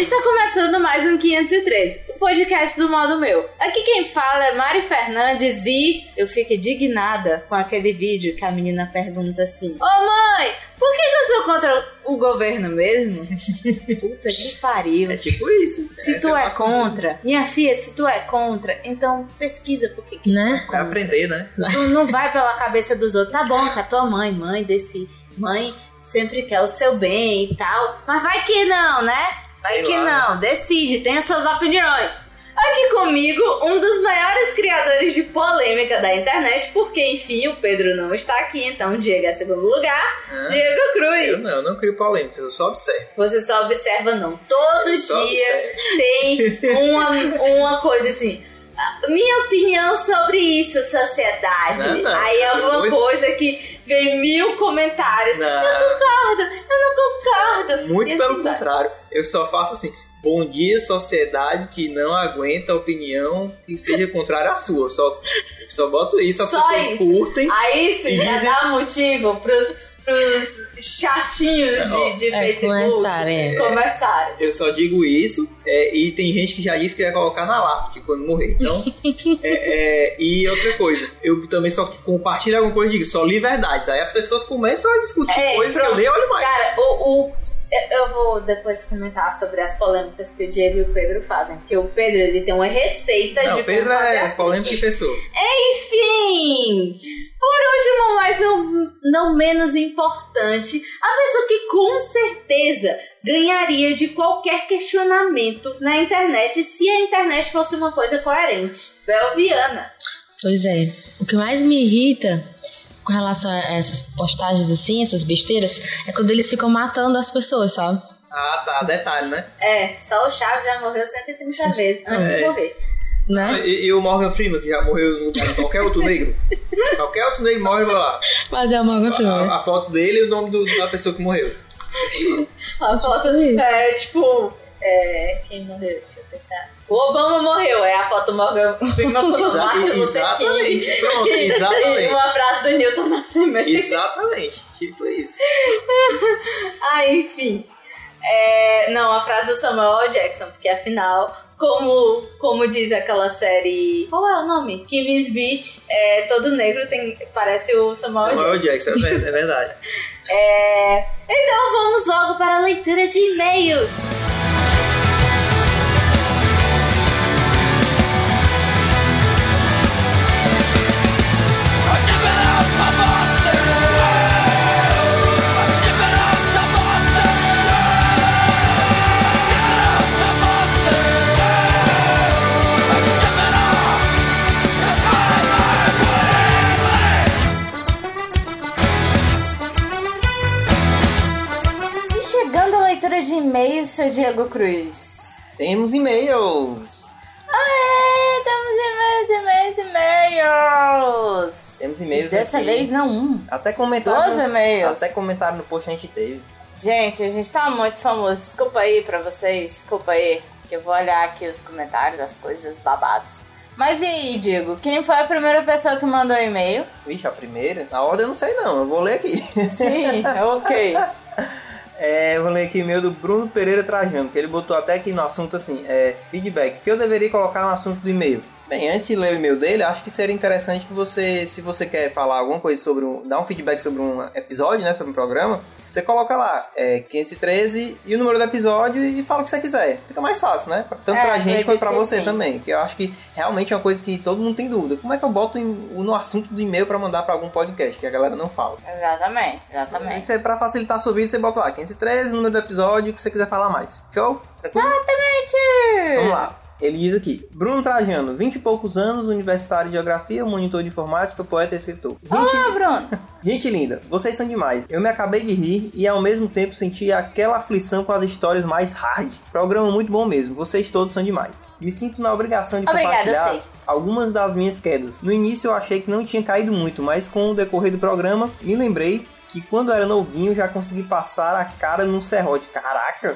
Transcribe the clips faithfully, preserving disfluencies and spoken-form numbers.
está começando mais um quinhentos e treze, o podcast do modo meu. Aqui quem fala é Mari Fernandes e eu fico indignada com aquele vídeo que a menina pergunta assim: Ô mãe, por que, que eu sou contra o governo mesmo? Puta que pariu. É tipo isso. Se tu é contra, minha filha, se tu é contra, então pesquisa por que que né? Vai aprender, né? Tu não vai pela cabeça dos outros. Tá bom, que a tua mãe, mãe desse... Mãe sempre quer o seu bem e tal, mas vai que não, né? Vai Sei que lá, não, decide, tenha suas opiniões. Aqui comigo, um dos maiores criadores de polêmica da internet, porque, enfim, o Pedro não está aqui, então Diego é segundo lugar. Ah, Diego Cruz. Eu não, eu não crio polêmica, eu só observo. Você só observa, não. Todo Eu só dia observo. tem uma, uma coisa assim... Minha opinião sobre isso, sociedade. Não, não, Aí é alguma muito... coisa que vem mil comentários. Não. Eu concordo, eu não concordo. Muito E pelo assim vai. contrário. Eu só faço assim: bom dia, sociedade que não aguenta a opinião que seja contrária à sua. Eu só, só boto isso, as Só pessoas isso. curtem. Aí sim, e já dizem- dá motivo pros, pros chatinhos de, de É, Facebook conversarem. conversarem. Eu só digo isso, é, e tem gente que já disse que ia colocar na lápide quando morrer. Então, é, é, e outra coisa, eu também só compartilho alguma coisa e digo, só li verdades. Aí as pessoas começam a discutir É, coisas pronto. que eu nem olho mais. Cara, o, o, eu- eu vou depois comentar sobre as polêmicas que o Diego e o Pedro fazem. Porque o Pedro, ele tem uma receita Não, de o Pedro como fazer é as polêmica em pessoa. Enfim, por último, mas não, não menos importante, a pessoa que com certeza ganharia de qualquer questionamento na internet se a internet fosse uma coisa coerente. Belviana. Pois é. O que mais me irrita com relação a essas postagens assim, essas besteiras, é quando eles ficam matando as pessoas, sabe? Ah, tá, detalhe, né? É, só o Chaves já morreu cento e trinta Sim. vezes antes É. de morrer. Né? E, e o Morgan Freeman, que já morreu no lugar de qualquer outro negro. Qualquer outro negro morre, vai lá. Mas é o Morgan Freeman. A, a foto dele e o nome do- da pessoa que morreu. A foto é tipo. É, quem morreu? Deixa eu pensar. O Obama morreu, é a foto Morgan Freeman com o Exa- Martin Luther exatamente, King. pronto, E exatamente. uma frase do Newton Nascimento. Exatamente, tipo isso. Ah, enfim. É, não, a frase do Samuel L. Jackson, porque afinal, como, como diz aquela série. Qual é o nome? Kimmy's Beach, é, todo negro tem, parece o Samuel, L. Samuel Jackson. Jackson, é ver- é verdade. É, então vamos logo para a leitura de e-mails. E chegando à leitura de e-mails, seu Diego Cruz. Temos e-mails. Aê, temos e-mails, e-mails, e-mails. Temos e-mails Dessa aqui. vez não um. Até comentário. Doze e-mails. Até comentário no post a gente teve. Gente, a gente tá muito famoso. Desculpa aí pra vocês, desculpa aí. Que eu vou olhar aqui os comentários, as coisas babadas. Mas e aí, Diego, quem foi a primeira pessoa que mandou e-mail? Vixe, a primeira? A ordem eu não sei não, eu vou ler aqui. Sim, ok. É, eu vou ler aqui o e-mail do Bruno Pereira Trajano, que ele botou até aqui no assunto assim, é, feedback, o que eu deveria colocar no assunto do e-mail? Bem, antes de ler o e-mail dele, acho que seria interessante que você, se você quer falar alguma coisa sobre um, dar um feedback sobre um episódio, né, sobre um programa, você coloca lá, é, quinhentos e treze e o número do episódio e fala o que você quiser. Fica mais fácil, né? Tanto É, pra gente quanto pra que você sim. também, que eu acho que realmente é uma coisa que todo mundo tem dúvida. Como é que eu boto em- no assunto do e-mail pra mandar pra algum podcast, que a galera não fala? Exatamente, exatamente. Isso é pra facilitar a sua vida, você bota lá, quinhentos e treze, número do episódio, que você quiser falar mais. Show? Tranquilo? Exatamente! Vamos lá. Ele diz aqui, Bruno Trajano, vinte e poucos anos, universitário de geografia, monitor de informática, poeta e escritor. Gente, Olá, Bruno! gente linda, vocês são demais. Eu me acabei de rir e ao mesmo tempo senti aquela aflição com as histórias mais hard. Programa muito bom mesmo, vocês todos são demais. Me sinto na obrigação de Obrigada, eu compartilhar sei. algumas das minhas quedas. No início eu achei que não tinha caído muito, mas com o decorrer do programa me lembrei que quando era novinho já consegui passar a cara num serrote. Caraca!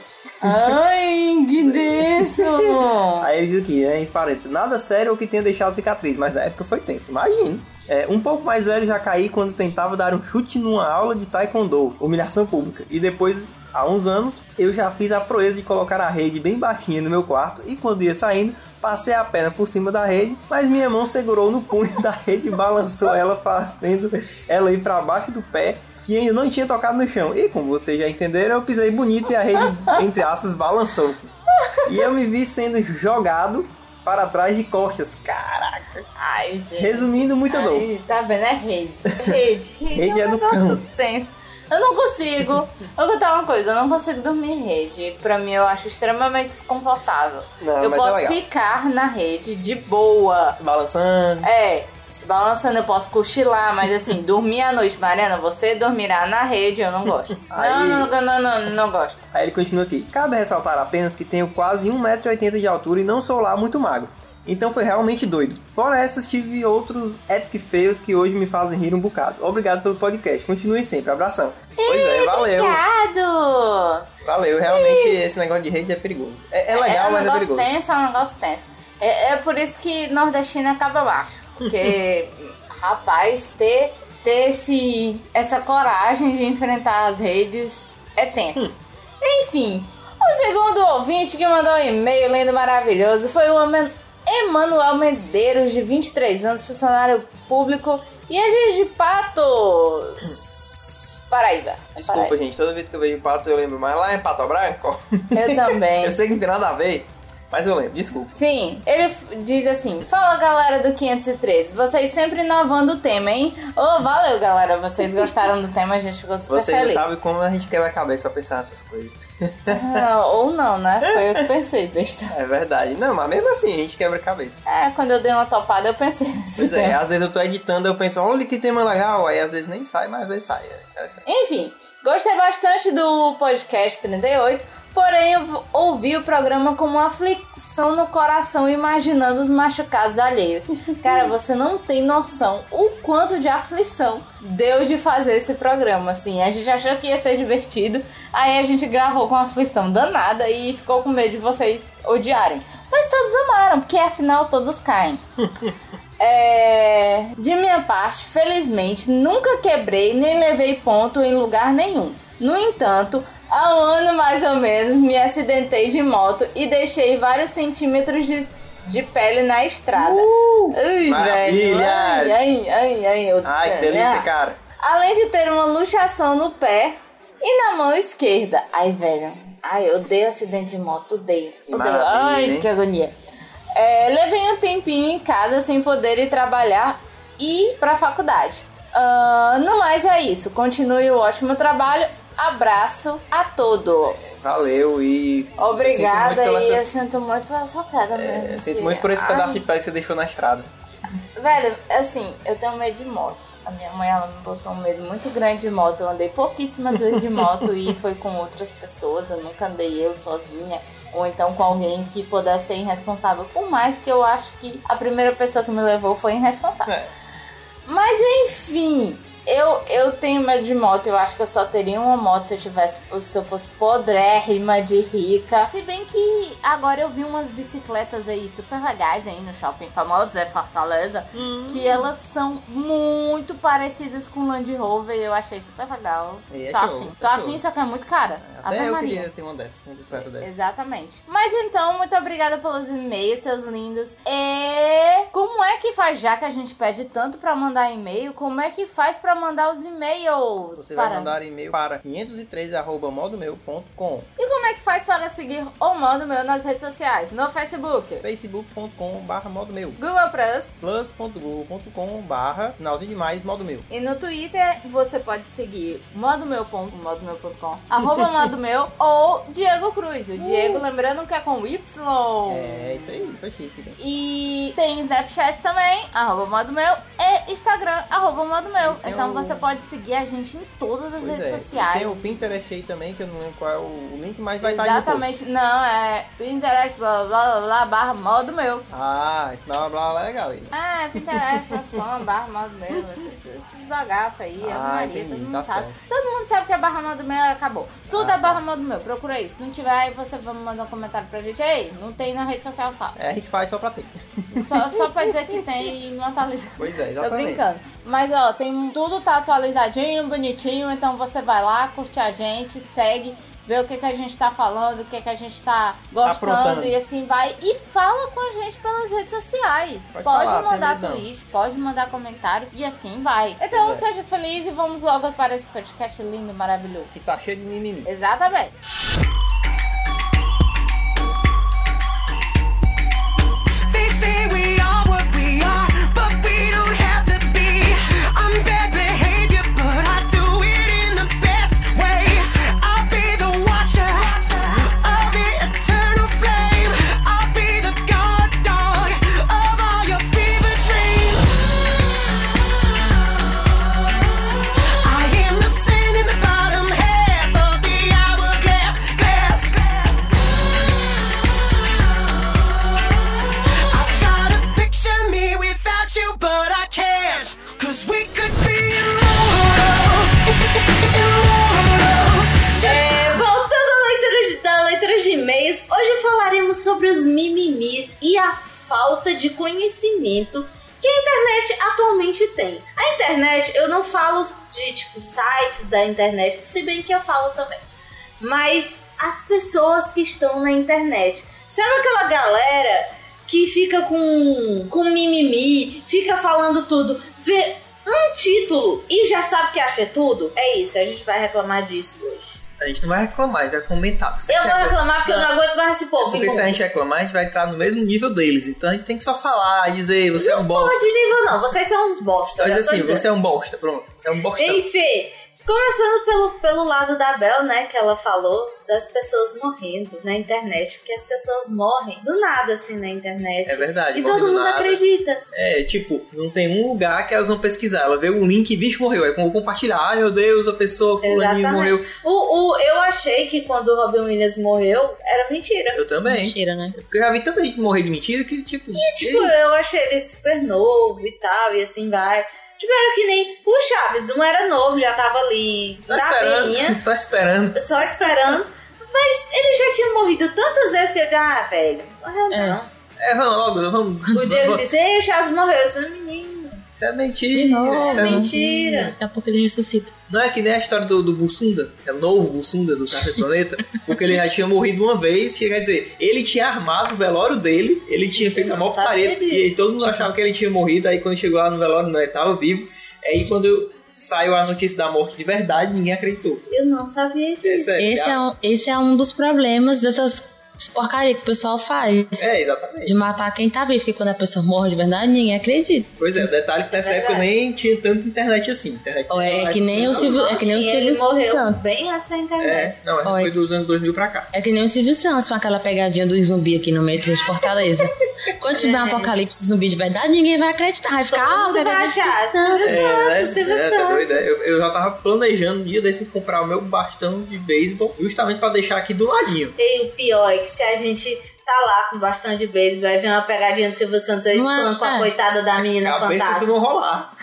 Ai, que denso! Aí ele diz aqui, né, em parênteses, nada sério ou que tenha deixado cicatriz, mas na época foi tenso, imagina. É, um pouco mais velho já caí quando tentava dar um chute numa aula de taekwondo, humilhação pública. E depois, há uns anos, eu já fiz a proeza de colocar a rede bem baixinha no meu quarto e quando ia saindo, passei a perna por cima da rede, mas minha mão segurou no punho da rede e balançou ela, fazendo ela ir para baixo do pé, que ainda não tinha tocado no chão. E como vocês já entenderam, eu pisei bonito e a rede, entre aspas, balançou. E eu me vi sendo jogado para trás de costas. Caraca. Ai, gente. Resumindo, muito dor. Tá vendo? É rede. Rede. Rede, Rede é um é do negócio cão. tenso. Eu não consigo. Eu vou contar uma coisa. Eu não consigo dormir em rede. Pra mim, eu acho extremamente desconfortável. Não, eu mas posso é legal. ficar na rede de boa. Se balançando. É. Se balançando, eu posso cochilar, mas assim, dormir à noite, Mariana, você dormirá na rede, eu não gosto. Aí- Não, não, não, não, não, não gosto. Aí ele continua aqui. Cabe ressaltar apenas que tenho quase um metro e oitenta de altura e não sou lá muito magro. Então foi realmente doido. Fora essas, tive outros epic fails que hoje me fazem rir um bocado. Obrigado pelo podcast. Continue sempre. Abração. Pois é, valeu. Obrigado! Valeu. Realmente esse negócio de rede é perigoso. É, é legal, é um mas é negócio perigoso. tenso, é um negócio tenso. É, é por isso que nordestino acaba baixo. Porque, rapaz, ter, ter esse, essa coragem de enfrentar as redes é tenso. Hum. Enfim, o segundo ouvinte que mandou um e-mail lindo maravilhoso foi o Eman- Emanuel Medeiros, de vinte e três anos, funcionário público e é de Patos, Paraíba. Desculpa, Paraíba. gente. Toda vez que eu vejo Patos eu lembro. Mas lá em Pato Branco... Eu também. eu sei que não tem nada a ver, mas eu lembro. Desculpa. Sim, ele f- diz assim: fala galera do quinhentos e treze, vocês sempre inovando o tema, hein? Ô, oh, valeu galera, vocês gostaram do tema, a gente ficou super Vocês não feliz. sabem como a gente quebra a cabeça pra pensar nessas coisas. Ah, ou não, né? Foi eu que pensei, besta. É verdade. Não, mas mesmo assim a gente quebra a cabeça. É, quando eu dei uma topada eu pensei nesse Pois é, tema. às vezes eu tô editando, eu penso, olha que tema legal, aí às vezes nem sai, mas às vezes sai. É interessante. Enfim, gostei bastante do podcast trinta e oito, porém eu v- ouvi o programa com uma aflição no coração, imaginando os machucados alheios. Cara, você não tem noção o quanto de aflição deu de fazer esse programa, assim. A gente achou que ia ser divertido, aí a gente gravou com uma aflição danada e ficou com medo de vocês odiarem. Mas todos amaram, porque afinal todos caem. É, de minha parte, felizmente, nunca quebrei nem levei ponto em lugar nenhum. No entanto, há um ano mais ou menos, me acidentei de moto e deixei vários centímetros de, de pele na estrada. Uh, Ai, maravilha! velho. Ai, ai, ai, ai. Eu... Ai, que delícia, cara. Além de ter uma luxação no pé e na mão esquerda. Ai, velho. Ai, eu odeio acidente de moto, odeio. Odeio. Maravilha, Ai, hein? que agonia. É, levei um tempinho em casa sem poder ir trabalhar e ir pra faculdade. Uh, no mais é isso. Continue o ótimo trabalho. Abraço a todos. Valeu e... Obrigada eu sinto muito pela e essa- eu sinto muito pela sua queda É, mesmo. eu sinto que- muito por esse Ai, pedaço de pele que você deixou na estrada. Velho, assim, eu tenho medo de moto. A minha mãe, ela me botou um medo muito grande de moto. Eu andei pouquíssimas vezes de moto e foi com outras pessoas. Eu nunca andei eu sozinha. Ou então com alguém que pudesse ser irresponsável. Por mais que eu acho que a primeira pessoa que me levou foi irresponsável. É. Mas enfim, eu, eu tenho medo de moto. Eu acho que eu só teria uma moto se eu tivesse, se eu fosse podrérrima de rica. Se bem que agora eu vi umas bicicletas aí super legais aí no shopping famoso, é Fortaleza, Hum. que elas são muito parecidas com Land Rover. Eu achei super legal. E é Tô show, afim. isso é Tô show. afim, só que é muito cara. Até Ave eu Maria. queria ter uma dessas, uma bicicleta dessa. Exatamente. Mas então, muito obrigada pelos e-mails, seus lindos. E como é que faz, já que a gente pede tanto pra mandar e-mail, como é que faz pra mandar os e-mails? Você para... vai mandar e-mail para quinhentos e treze arroba modo meu ponto com, E como é que faz para seguir o Modo Meu nas redes sociais? No Facebook, facebook ponto com barra modo meu, Google Plus. plus ponto google ponto com barra sinalzinho de mais modo meu. E no Twitter você pode seguir modo meu ponto com, arroba modo meu ou Diego Cruz. O Diego, lembrando que é com Y. É, isso aí, isso é chique. Né? E tem Snapchat também, arroba modo meu, e Instagram, arroba modo meu. E tem Então o- você pode seguir a gente em todas as Pois redes é. sociais. E tem o Pinterest aí também, que eu não lembro qual é o link, mas vai estar aí no post. Exatamente. Não, é Pinterest, blá, blá, blá, blá, barra modo meu. Ah, esse blá, blá, blá é legal aí. É, Pinterest ponto com, barra modo meu. Esses, esses bagaços aí, Ah, a Maria, entendi, todo mundo tá sabe. certo. Todo mundo sabe que é barra modo meu, acabou. Tudo Ah, é barra tá. modo meu, procura isso. Se não tiver, aí você vai mandar um comentário pra gente. Ei, não tem na rede social tal. É, a gente faz só pra ter. Só, só pra dizer que tem e não atualiza. Pois é, Tô exatamente. brincando. Mas ó, tem tudo tá atualizadinho, bonitinho. Então você vai lá, curte a gente, segue, vê o que, que a gente tá falando, o que, que a gente tá gostando Aprontando. e assim vai. E fala com a gente pelas redes sociais. Pode Pode, falar, mandar tem medo não. tweet, pode mandar comentário e assim vai. Então Pois é. seja feliz e vamos logo para esse podcast lindo e maravilhoso. Que tá cheio de mimimi. Exatamente. They say we are what we are, but we don't have to be. I'm bad behavior, but I do it in the best way. I'll be the watcher of the eternal flame. I'll be the guard dog of all your fever dreams. I am the sand in the bottom half of the hourglass, glass, glass. I try to picture me without you, but I can't. Cause we could be immortals, immortals. É, voltando à leitura de, da leitura de e-mails, hoje falaremos sobre os mimimis e a falta de conhecimento que a internet atualmente tem. A internet, eu não falo de tipo sites da internet, se bem que eu falo também, mas as pessoas que estão na internet. Sabe aquela galera que fica com, com mimimi, fica falando tudo, vê um título e já sabe que acha tudo? É isso, a gente vai reclamar disso hoje. A gente não vai reclamar, a gente vai comentar. Se Eu a gente vou recla- reclamar porque eu não aguento mais esse povo. Porque se a gente reclamar, a gente vai entrar no mesmo nível deles. Então a gente tem que só falar, dizer, você é um bosta. Não de nível não, vocês são uns bosta. Só já dizer tô assim, dizendo. você é um bosta, pronto. É um bosta. Enfim, começando pelo, pelo lado da Bel, né, que ela falou das pessoas morrendo na internet, porque as pessoas morrem do nada, assim, na internet. É verdade, E morrem todo do mundo nada. acredita. É, tipo, não tem um lugar que elas vão pesquisar. Ela vê um link, bicho, morreu. Aí vão compartilhar. Ai, meu Deus, a pessoa, fulaninho morreu. O, o, eu achei que quando o Robin Williams morreu, era mentira. Eu também. Mentira, né? Porque eu já vi tanta gente morrer de mentira que, tipo... E, tipo, eu achei ele super novo e tal, e assim vai. Tipo, era que nem o Chaves, não era novo, já tava ali Só na esperando, beirinha, só esperando. só esperando. Mas ele já tinha morrido tantas vezes que eu disse, ah, velho, morreu É. não. É, vamos logo, vamos... O Diego vamos- disse, ei, o Chaves morreu. Eu disse, menino, Isso é mentira. De novo. isso é é mentira. Daqui a pouco ele ressuscita. Não é que nem a história do, do Bussunda, é o novo Bussunda do Café Planeta, porque ele já tinha morrido uma vez, que quer dizer, ele tinha armado o velório dele, ele tinha feito a não maior sabia parede, disso. e aí todo mundo achava que ele tinha morrido, aí quando chegou lá no velório, não, ele tava vivo, aí quando saiu a notícia da morte de verdade, ninguém acreditou. Eu não sabia disso. É sério. Esse é, um, esse é um dos problemas dessas porcarias que o pessoal faz. É, exatamente. De matar quem tá vivo, porque quando a pessoa morre de verdade, ninguém acredita. Pois é, o detalhe é que nessa É época verdade. nem tinha tanta internet assim. Internet Ou é, mais que nem o disponível. Silvio, é que nem o Tinha, Silvio ele morreu Santos. bem essa É, internet. não, Oi. foi dos anos dois mil pra cá. É que nem o Silvio Santos, com aquela pegadinha do zumbi aqui no metrô de Fortaleza. Quando tiver um apocalipse zumbi de verdade, ninguém vai acreditar. Vai ficar, Todo ah, mundo vai vai achar, Silvio É, né? Santos, Silvio É, tá Santos. doido, é. Eu, eu já tava planejando um dia desse comprar o meu bastão de beisebol, justamente pra deixar aqui do ladinho. E o pior é que se a gente tá lá com bastante de beisebol, vai vir uma pegadinha do Silvio Santos aí Não é, falando com a é. coitada da menina Cabeça se fantástica. não rolar.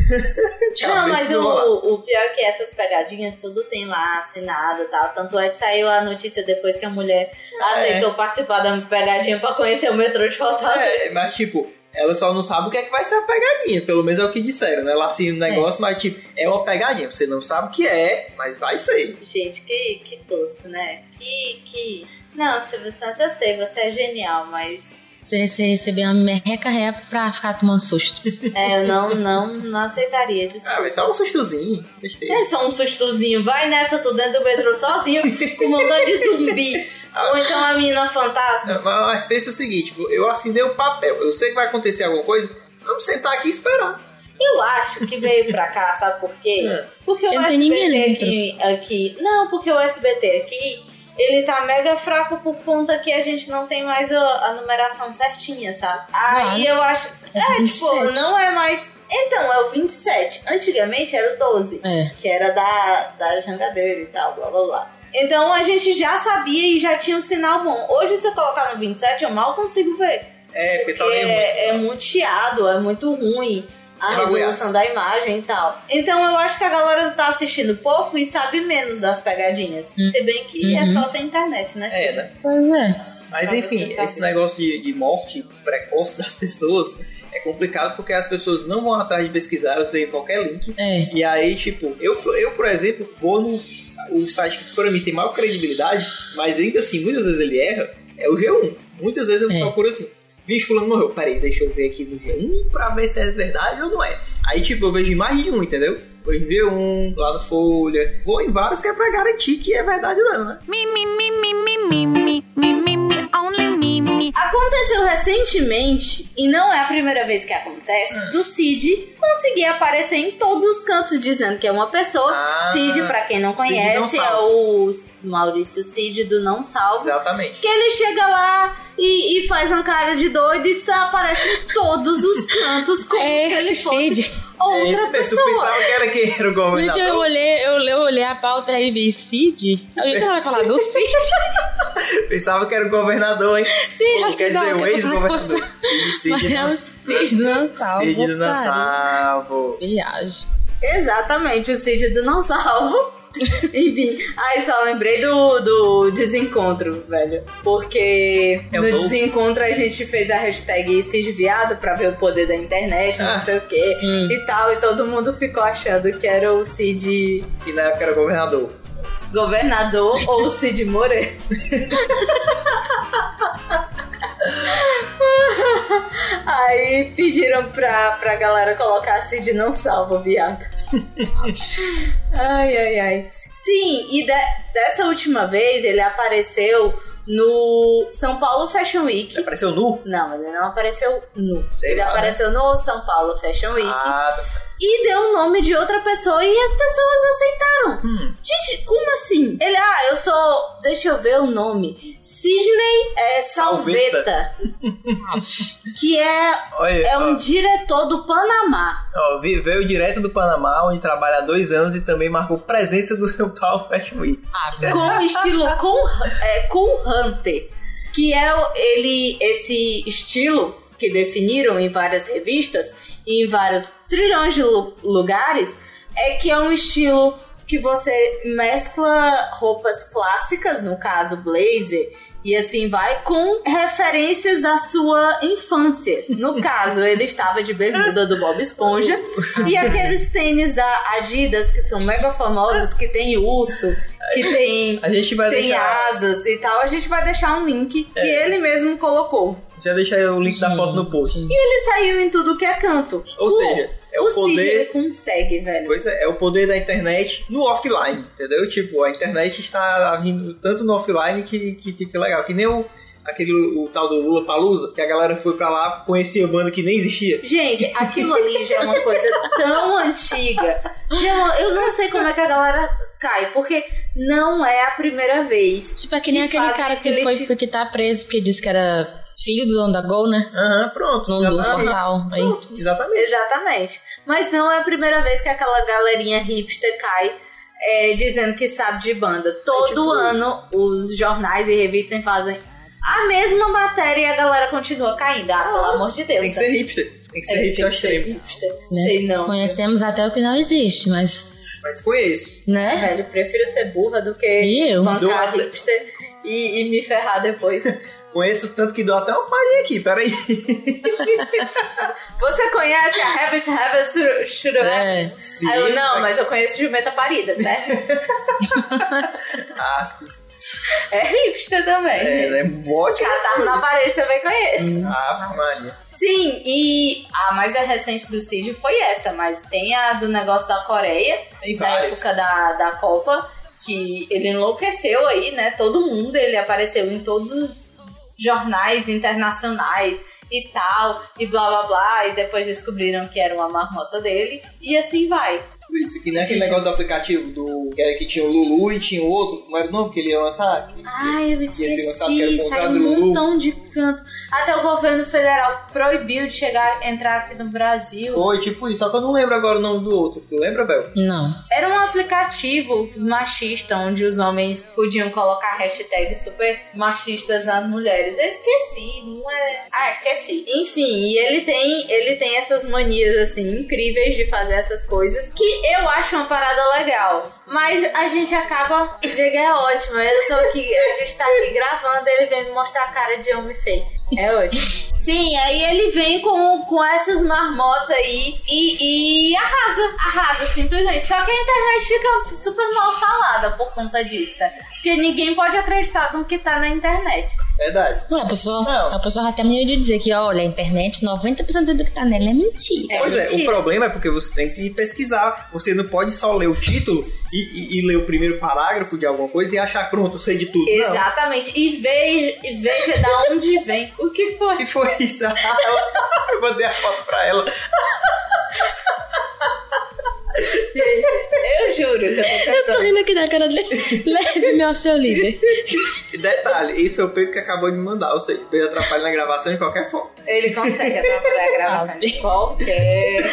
Não, Cabeça mas se não rolar. o, o pior é que essas pegadinhas tudo tem lá assinado e tal. Tanto é que saiu a notícia depois que a mulher aceitou participar da pegadinha pra conhecer o metrô de Fortaleza. É, mas tipo, ela só não sabe o que é que vai ser a pegadinha. Pelo menos é o que disseram, né? Lá assim, o negócio, mas tipo, é uma pegadinha. Você não sabe o que é, mas vai ser. Gente, que, que tosco, né? Que, que... Não, Silvio Santos, eu sei, você é genial, mas... Você, você receber uma merreca ré pra ficar tomando susto. É, eu não, não, não aceitaria disso. Ah, mas só um sustozinho. Besteira. É só um sustozinho, vai nessa, tu dentro do metrô sozinho, com um montão de zumbi. Ou então a menina fantasma. Mas, mas pensa o seguinte, tipo, eu assinei o papel. Eu sei que vai acontecer alguma coisa. Vamos sentar aqui e esperar. Eu acho que veio pra cá, sabe por quê? É. Porque Porque o não tem ninguém S B T aqui, aqui... Não, porque o S B T aqui, ele tá mega fraco por conta que a gente não tem mais a, a numeração certinha, sabe? Aí eu acho... É, vinte e tipo, sete. não é mais... Então, é o vinte e sete. Antigamente era o doze, É. que era da, da jangadeira e tal, blá blá blá. Então a gente já sabia e já tinha um sinal bom. Hoje, se eu colocar no vinte e sete, eu mal consigo ver. É, porque tá Porque meio ruim. é, é muito chiado, é muito ruim a É resolução da imagem e tal. Então eu acho que a galera tá assistindo pouco e sabe menos das pegadinhas. Se bem que é só ter internet, né? É, né? Pois é. Mas Pra enfim, você saber. esse negócio de, de morte precoce das pessoas é complicado porque as pessoas não vão atrás de pesquisar, eu sei qualquer link. É. E aí, tipo, eu, eu por exemplo, vou no o site que pra mim tem maior credibilidade, mas ainda assim, muitas vezes ele erra, é o G um. Muitas vezes eu É. procuro assim, vixe, fulano morreu, peraí, deixa eu ver aqui no G um pra ver se é verdade ou não é. Aí, tipo, eu vejo em mais de um, entendeu? Vou em G um, lá no Folha, vou em vários que é pra garantir que é verdade ou não, né? Me, me, me, me, me, me, me, me, me, me, only me, me. Aconteceu recentemente, e não é a primeira vez que acontece, do Cid conseguir aparecer em todos os cantos dizendo que é uma pessoa. Ah, Cid, pra quem não Cid Não conhece, é Salvo. o Maurício Cid do Não Salvo. Exatamente. Que ele chega lá e, e faz uma cara de doido e só aparece em todos os cantos como É se ele esse fosse Cid. outra Esse mesmo, tu pessoa. pensava que era quem era o Gente, governador? eu olhei, eu, eu olhei a pauta e vi Cid. A gente não vai falar do Cid. Pensava que era o governador, hein? Sim, Pô, acho quer que não, dizer, o que eu ex-governador. posso- Cid Mas é o não Cid do Não Salvo. Cid do Não cara. Salvo. Viagem. Exatamente, o Cid do Não Salvo. Enfim, aí só lembrei do, do desencontro, velho. Porque É o no novo. desencontro a gente fez a hashtag Cid Viado pra ver o poder da internet, Ah. não sei o que Hum. e tal. E todo mundo ficou achando que era o Cid Que na época era governador. governador ou o Cid Moreira. Aí pediram pra, pra galera colocar Cid Não Salvo, viado. Ai, ai, ai. Sim, e de- dessa última vez ele apareceu no São Paulo Fashion Week. Você apareceu nu? Não, ele não apareceu nu. Sei ele lá, né? apareceu no São Paulo Fashion Week. Ah, tá certo. E deu o nome de outra pessoa e as pessoas aceitaram. Hum. Gente, como assim? Ele, ah, eu sou... Deixa eu ver o nome. Sidney é, Salveta. Que é, Olha, é um ó, diretor do Panamá. ó, vi- veio direto do Panamá, onde trabalha há dois anos e também marcou presença do São Paulo Fashion Week. Ah, Com o estilo Cool, é, cool Hunter. Que é o- ele, esse estilo que definiram em várias revistas e em vários trilhões de lu- lugares, é que é um estilo que você mescla roupas clássicas, no caso blazer, e assim vai, com referências da sua infância. No caso, ele estava de bermuda do Bob Esponja e aqueles tênis da Adidas, que são mega famosos, que tem urso, que tem, A gente vai tem deixar... asas e tal. A gente vai deixar um link que É. ele mesmo colocou. Já deixei o link da foto no post. E ele saiu em tudo que é canto. Ou seja, é o Cid, poder- ele consegue, velho. Pois é, é o poder da internet no offline, entendeu? Tipo, a internet está vindo tanto no offline que, que fica legal. Que nem o, aquele, o, tal do Lula Palusa, que a galera foi pra lá, conhecia banda que nem existia. Gente, aquilo ali já é uma coisa tão antiga. Já, eu não sei como é que a galera cai, porque não é a primeira vez. Tipo, é que nem que aquele fazem cara que aquele foi tipo- porque tá preso porque disse que era filho do dono da Gol, né? Aham, pronto. No do Exatamente. portal. Aí. Exatamente. Exatamente. Mas não é a primeira vez que aquela galerinha hipster cai é, dizendo que sabe de banda. Todo tipo ano os jornais e revistas fazem a mesma matéria e a galera continua caindo. Ah, pelo amor de Deus. Tem que ser hipster. Tem que ser É, hipster ao tem que ser extremo. hipster. Né? Sei não. Conhecemos até o que não existe, mas. Mas conheço. Né? Velho, prefiro ser burra do que E eu? bancar Dou até- hipster e, e me ferrar depois. Conheço tanto que dou até uma palhinha aqui, peraí. Você conhece a Herbert Herbert Schurubert? É. Sim, Aí eu, não, só que- mas eu conheço Jumenta Parida, certo? Ah, É hipster também. é, gente. é um ótimo. Catarro na parede também conheço. Ah, Maria. Sim, e a mais recente do Cid foi essa, mas tem a do negócio da Coreia, Tem na vários. época da, da Copa, que ele enlouqueceu aí, né? Todo mundo, ele apareceu em todos os jornais internacionais e tal, e blá blá blá, e depois descobriram que era uma marmota dele, e assim vai. Isso, que nem aquele negócio do aplicativo do, que, era, que tinha o Lulu e tinha o outro, como era o nome que ele ia lançar? Que, Ai, eu esqueci, ia ser lançado, que era o saiu contrato do um Lulu. montão de canto. Até o governo federal proibiu de chegar, entrar aqui no Brasil. Foi tipo isso, só que eu não lembro agora o nome do outro. Tu lembra, Bel? Não. Era um aplicativo machista, onde os homens podiam colocar hashtags super machistas nas mulheres. Eu esqueci, não é... Ah, esqueci. Enfim, e ele tem, ele tem essas manias, assim, incríveis de fazer essas coisas, que eu acho uma parada legal. Mas a gente acaba... O Diego é ótimo, eu tô aqui, a gente tá aqui gravando, ele vem me mostrar a cara de homem feio. É hoje. Sim, aí ele vem com, com essas marmotas aí e, e arrasa, arrasa simplesmente. Só que a internet fica super mal falada por conta disso. Porque ninguém pode acreditar no que tá na internet. Verdade. Não, a pessoa, Não. a pessoa já tem a mania de dizer que, olha, a internet, noventa por cento do que tá nela é mentira. É Pois é, mentira. o problema é porque você tem que pesquisar. Você não pode só ler o título e, e, e ler o primeiro parágrafo de alguma coisa e achar, pronto, eu sei de tudo. Não. Exatamente. E veja, e veja da onde vem. O que foi? O que foi isso? Eu mandei a foto pra ela. Eu juro que eu tô Eu tô tentando. rindo aqui da cara dele. Leve-me ao seu líder. E detalhe, esse é o Pedro que acabou de me mandar. Ou seja, o Pedro atrapalha na gravação de qualquer forma. Ele consegue atrapalhar a gravação de qualquer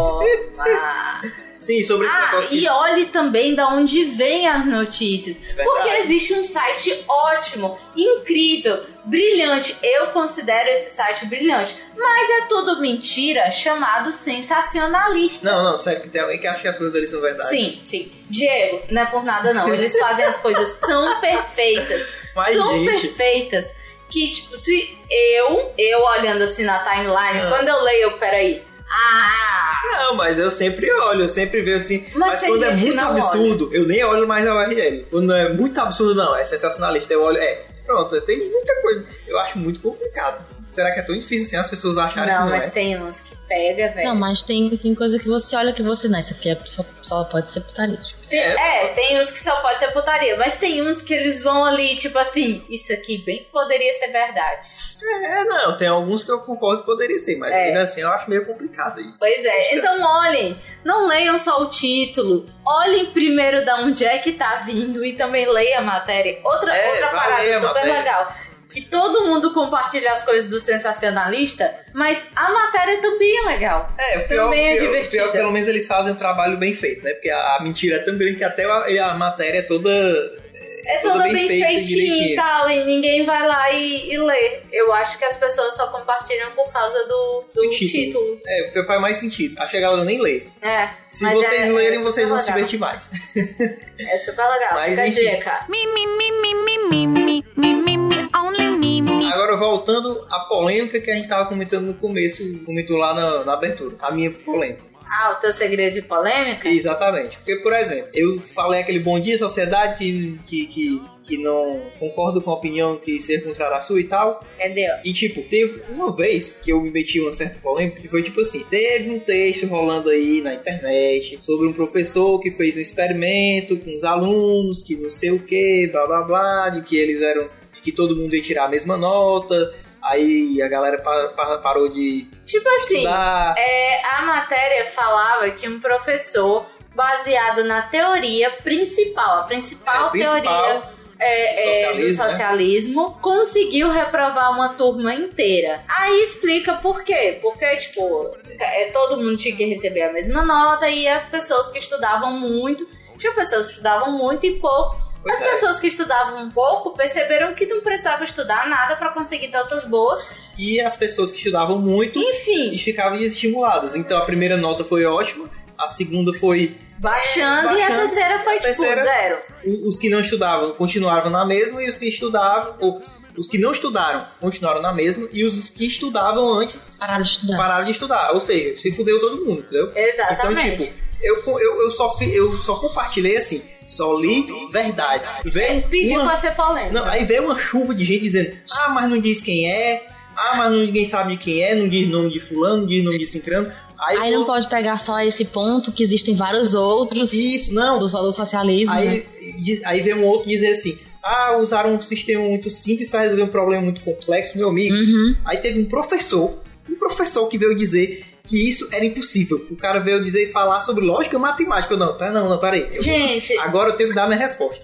forma. Sim, sobre esse Ah, negócio e que... olhe também da onde vem as notícias. Porque existe um site ótimo, incrível, brilhante. Eu considero esse site brilhante. Mas é tudo mentira, chamado sensacionalista. Não, não, sério, que tem alguém que acha que as coisas dele são verdade. Sim, sim. Diego, não é por nada não. Eles fazem as coisas tão perfeitas, Mas, tão gente... perfeitas, que tipo, se eu, eu olhando assim na timeline, Ah. quando eu leio, eu, peraí, ah... Não, mas eu sempre olho, eu sempre vejo assim. Mas Mas, tem quando é gente que muito não absurdo, eu nem olho mais a U R L. Quando é muito absurdo, não, é sensacionalista. Eu olho, é, pronto, tem muita coisa. Eu acho muito complicado. Será que é tão difícil assim as pessoas acharem Não, que não mas é? tem uns que pega, velho. Não, mas tem, tem coisa que você olha que você... Não, isso aqui é, só, só pode ser putaria. Tem- É. é, tem uns que só pode ser putaria, mas tem uns que eles vão ali, tipo assim, isso aqui bem que poderia ser verdade. É, não, tem alguns que eu concordo que poderia ser, mas É. ainda assim eu acho meio complicado aí. Pois é, então olhem, não leiam só o título, olhem primeiro da onde é que tá vindo e também leia a matéria. Outra, É, outra vai parada ler a super matéria. legal, que todo mundo compartilha as coisas do sensacionalista, mas a matéria também é legal. É, o pior, Também é pior, divertida. pior pelo menos eles fazem um trabalho bem feito, né? Porque a, a mentira é tão grande que até a, a matéria é toda... É toda toda bem bem, feita, feitinha direitinha. e tal, e ninguém vai lá e, e lê. Eu acho que as pessoas só compartilham por causa do, do O título. título. É, porque faz mais sentido. Acho que a galera nem lê. É, Se mas vocês é- lerem, é vocês vão super se legal. divertir mais. É super legal. Mas, Fica a enfim. dica. Me, me, me, me, me, me, me, me, me, me, only me, me. Agora, voltando à polêmica que a gente tava comentando no começo, comentou lá na, na abertura. A minha polêmica. Ah, o teu segredo de polêmica? Exatamente. Porque, por exemplo, eu falei aquele bom dia, sociedade, que, que, que, que não concordo com a opinião que ser contrária à sua e tal. Cadê? ó? E, tipo, teve uma vez que eu me meti em uma certa polêmica, que foi tipo assim, teve um texto rolando aí na internet sobre um professor que fez um experimento com os alunos, que não sei o que, blá blá blá, de que eles eram, de que todo mundo ia tirar a mesma nota, aí a galera pa- pa- parou de Tipo assim, estudar. é, a matéria falava que um professor, baseado na teoria principal, a principal, É, principal teoria é, é, do socialismo, né? socialismo, conseguiu reprovar uma turma inteira. Aí explica por quê. Porque, tipo, é, todo mundo tinha que receber a mesma nota e as pessoas que estudavam muito, tinha pessoas que estudavam muito e pouco. Pois As é. pessoas que estudavam um pouco perceberam que não precisava estudar nada pra conseguir notas boas. E as pessoas que estudavam muito Enfim, e ficavam desestimuladas. Então a primeira nota foi ótima, a segunda foi... baixando, e a Baixando, terceira foi a tipo terceira- zero. o- Os que não estudavam continuavam na mesma e os que estudavam... Ou, os que não estudaram continuaram na mesma e os que estudavam antes Pararam de estudar. pararam de estudar. Ou seja, se fudeu todo mundo, entendeu? Exatamente. Então, tipo, eu, eu, eu, só, fi- eu só compartilhei assim, só li verdade. Veio Pediu uma- pra ser polêmico. Não, aí veio uma chuva de gente dizendo, ah, mas não diz quem é, ah, mas não, ninguém sabe de quem é, não diz nome de fulano, não diz nome de cicrano. Aí, Aí eu- não pode pegar só esse ponto, que existem vários outros Isso, não. do, do socialismo, né? Aí, di- aí vem um outro dizer assim, ah, usaram um sistema muito simples para resolver um problema muito complexo, meu amigo. Uhum. Aí teve um professor, um professor que veio dizer que isso era impossível. O cara veio dizer e falar sobre lógica e matemática. Eu, não, pera, não, não, peraí. Eu, Gente... Agora eu tenho que dar minha resposta.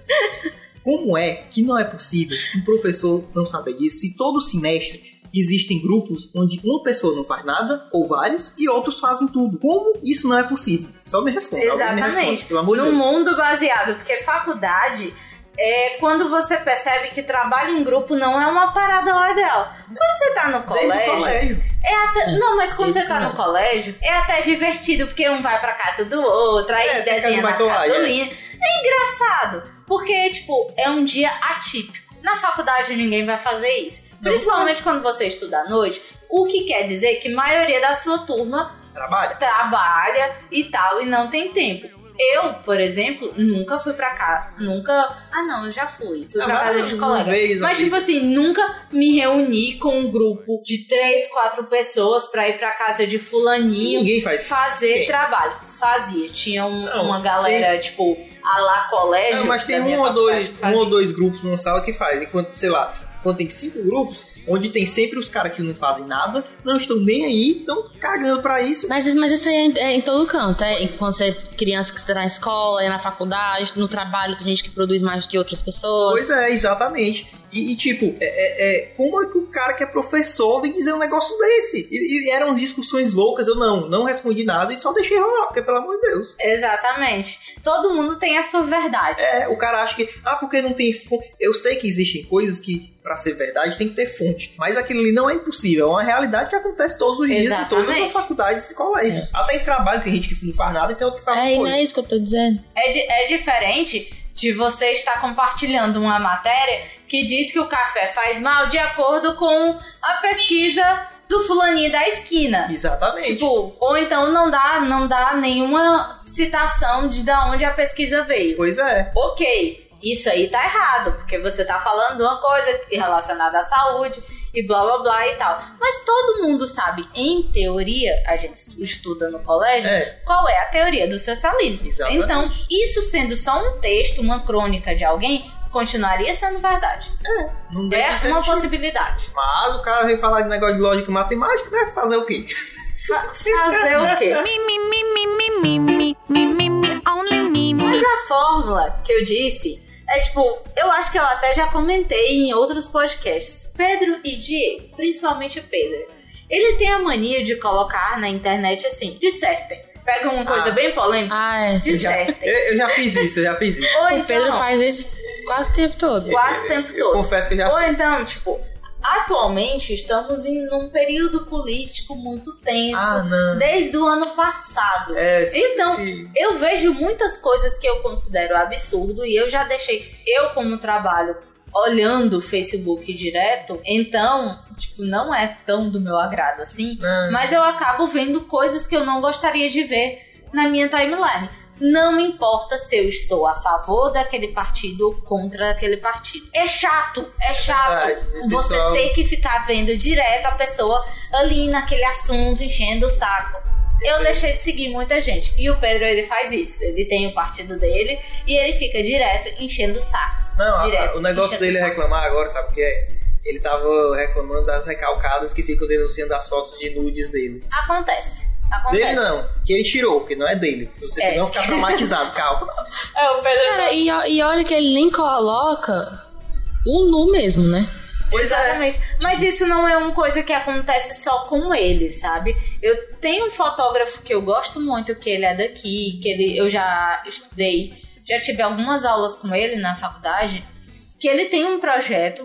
Como é que não é possível um professor não saber disso se todo semestre existem grupos onde uma pessoa não faz nada, ou várias, e outros fazem tudo? Como isso não é possível? Só me responda. Exatamente. Me responde, pelo amor de Num Deus. mundo baseado, porque faculdade... É quando você percebe que trabalho em grupo não é uma parada legal. Quando você tá no Desde o colégio... colégio. É até, não, mas quando Isso você tá no mesmo. colégio, é até divertido, porque um vai pra casa do outro, aí É, tem desenha na casa de baitolagem, cartolina. É engraçado, porque, tipo, é um dia atípico. Na faculdade ninguém vai fazer isso. Não. Principalmente quando você estuda à noite, o que quer dizer que a maioria da sua turma Trabalha? trabalha e tal, e não tem tempo. Eu, por exemplo, nunca fui pra casa, nunca... Ah, não, eu já fui. Fui Ah, pra mas casa de uma colega. vez Mas, aqui. tipo assim, nunca me reuni com um grupo de três, quatro pessoas pra ir pra casa de fulaninho Ninguém faz. fazer Tem. trabalho. Fazia. Tinha um- Não, uma galera, tipo, a lá colégio. Não, mas tem da um minha ou, faculdade dois, que um fazia. ou dois grupos numa sala que faz. Enquanto, sei lá, quando tem cinco grupos, onde tem sempre os caras que não fazem nada, não estão nem aí, estão cagando pra isso. Mas, mas isso aí é em, é em todo canto, é? Quando você é criança que está na escola, é na faculdade, no trabalho, tem gente que produz mais que outras pessoas. Pois é, exatamente. E, e, tipo, é, é, é, como é que o cara que é professor vem dizer um negócio desse? E, e eram discussões loucas, eu não, não respondi nada e só deixei rolar, porque pelo amor de Deus. Exatamente. Todo mundo tem a sua verdade. É, o cara acha que, ah, porque não tem fonte. Eu sei que existem coisas que, pra ser verdade, tem que ter fonte. Mas aquilo ali não é impossível. É uma realidade que acontece todos os dias em todas as Exatamente. faculdades e colégios. Até em trabalho tem gente que não faz nada e tem outro que faz É, e não coisa. é isso que eu tô dizendo. É, di- é diferente de você estar compartilhando uma matéria que diz que o café faz mal de acordo com a pesquisa do fulaninho da esquina. Exatamente. Tipo, ou então não dá, não dá nenhuma citação de da onde a pesquisa veio. Pois é. Ok, isso aí tá errado, porque você tá falando de uma coisa relacionada à saúde e blá blá blá e tal. Mas todo mundo sabe, em teoria, a gente estuda no colégio, É. qual é a teoria do socialismo. Exatamente. Então, isso sendo só um texto, uma crônica de alguém, continuaria sendo verdade. Não É deixa de ser uma mentira. possibilidade. Mas o cara vem falar de negócio de lógica e matemática, né? Fazer o quê? Fa- fazer o quê? Me, me, me, me, me, me, me, me, me, me, only me, me. Mas a fórmula que eu disse é tipo, eu acho que eu até já comentei em outros podcasts. Pedro e Diego, principalmente o Pedro, ele tem a mania de colocar na internet assim, dissertem. Pega uma coisa Ah. bem polêmica, Ah, é. Eu já, dissertem. eu, eu já fiz isso, eu já fiz isso. Ou O Pedro então, faz isso quase o tempo todo. quase o tempo Eu todo. confesso que eu já Ou fiz. então, tipo, atualmente estamos em um período político muito tenso. Ah, não. Desde o ano passado. É, se- Então, se- eu vejo muitas coisas que eu considero absurdo e eu já deixei, eu como trabalho olhando o Facebook direto, então, tipo, não é tão do meu agrado assim, Não. mas eu acabo vendo coisas que eu não gostaria de ver na minha timeline. Não importa se eu estou a favor daquele partido ou contra aquele partido. É chato, é chato verdade, esse você pessoal- ter que ficar vendo direto a pessoa ali naquele assunto, enchendo o saco. Eu deixei de seguir muita gente. E o Pedro, ele faz isso. Ele tem o partido dele e ele fica direto enchendo o saco. Não, a- Direto, o negócio enchendo dele o é saco. reclamar agora, sabe o que é? Ele tava reclamando das recalcadas que ficam denunciando as fotos de nudes dele. Acontece. Acontece. Dele não, que ele tirou, porque não é dele. Pra você É. não ficar traumatizado, calma. É, o Pedro. Cara, e, o- e olha que ele nem coloca o nu mesmo, né? Pois é. Exatamente. Mas isso não é uma coisa que acontece só com ele, sabe? Eu tenho um fotógrafo que eu gosto muito, que ele é daqui, que ele, eu já estudei, já tive algumas aulas com ele na faculdade, que ele tem um projeto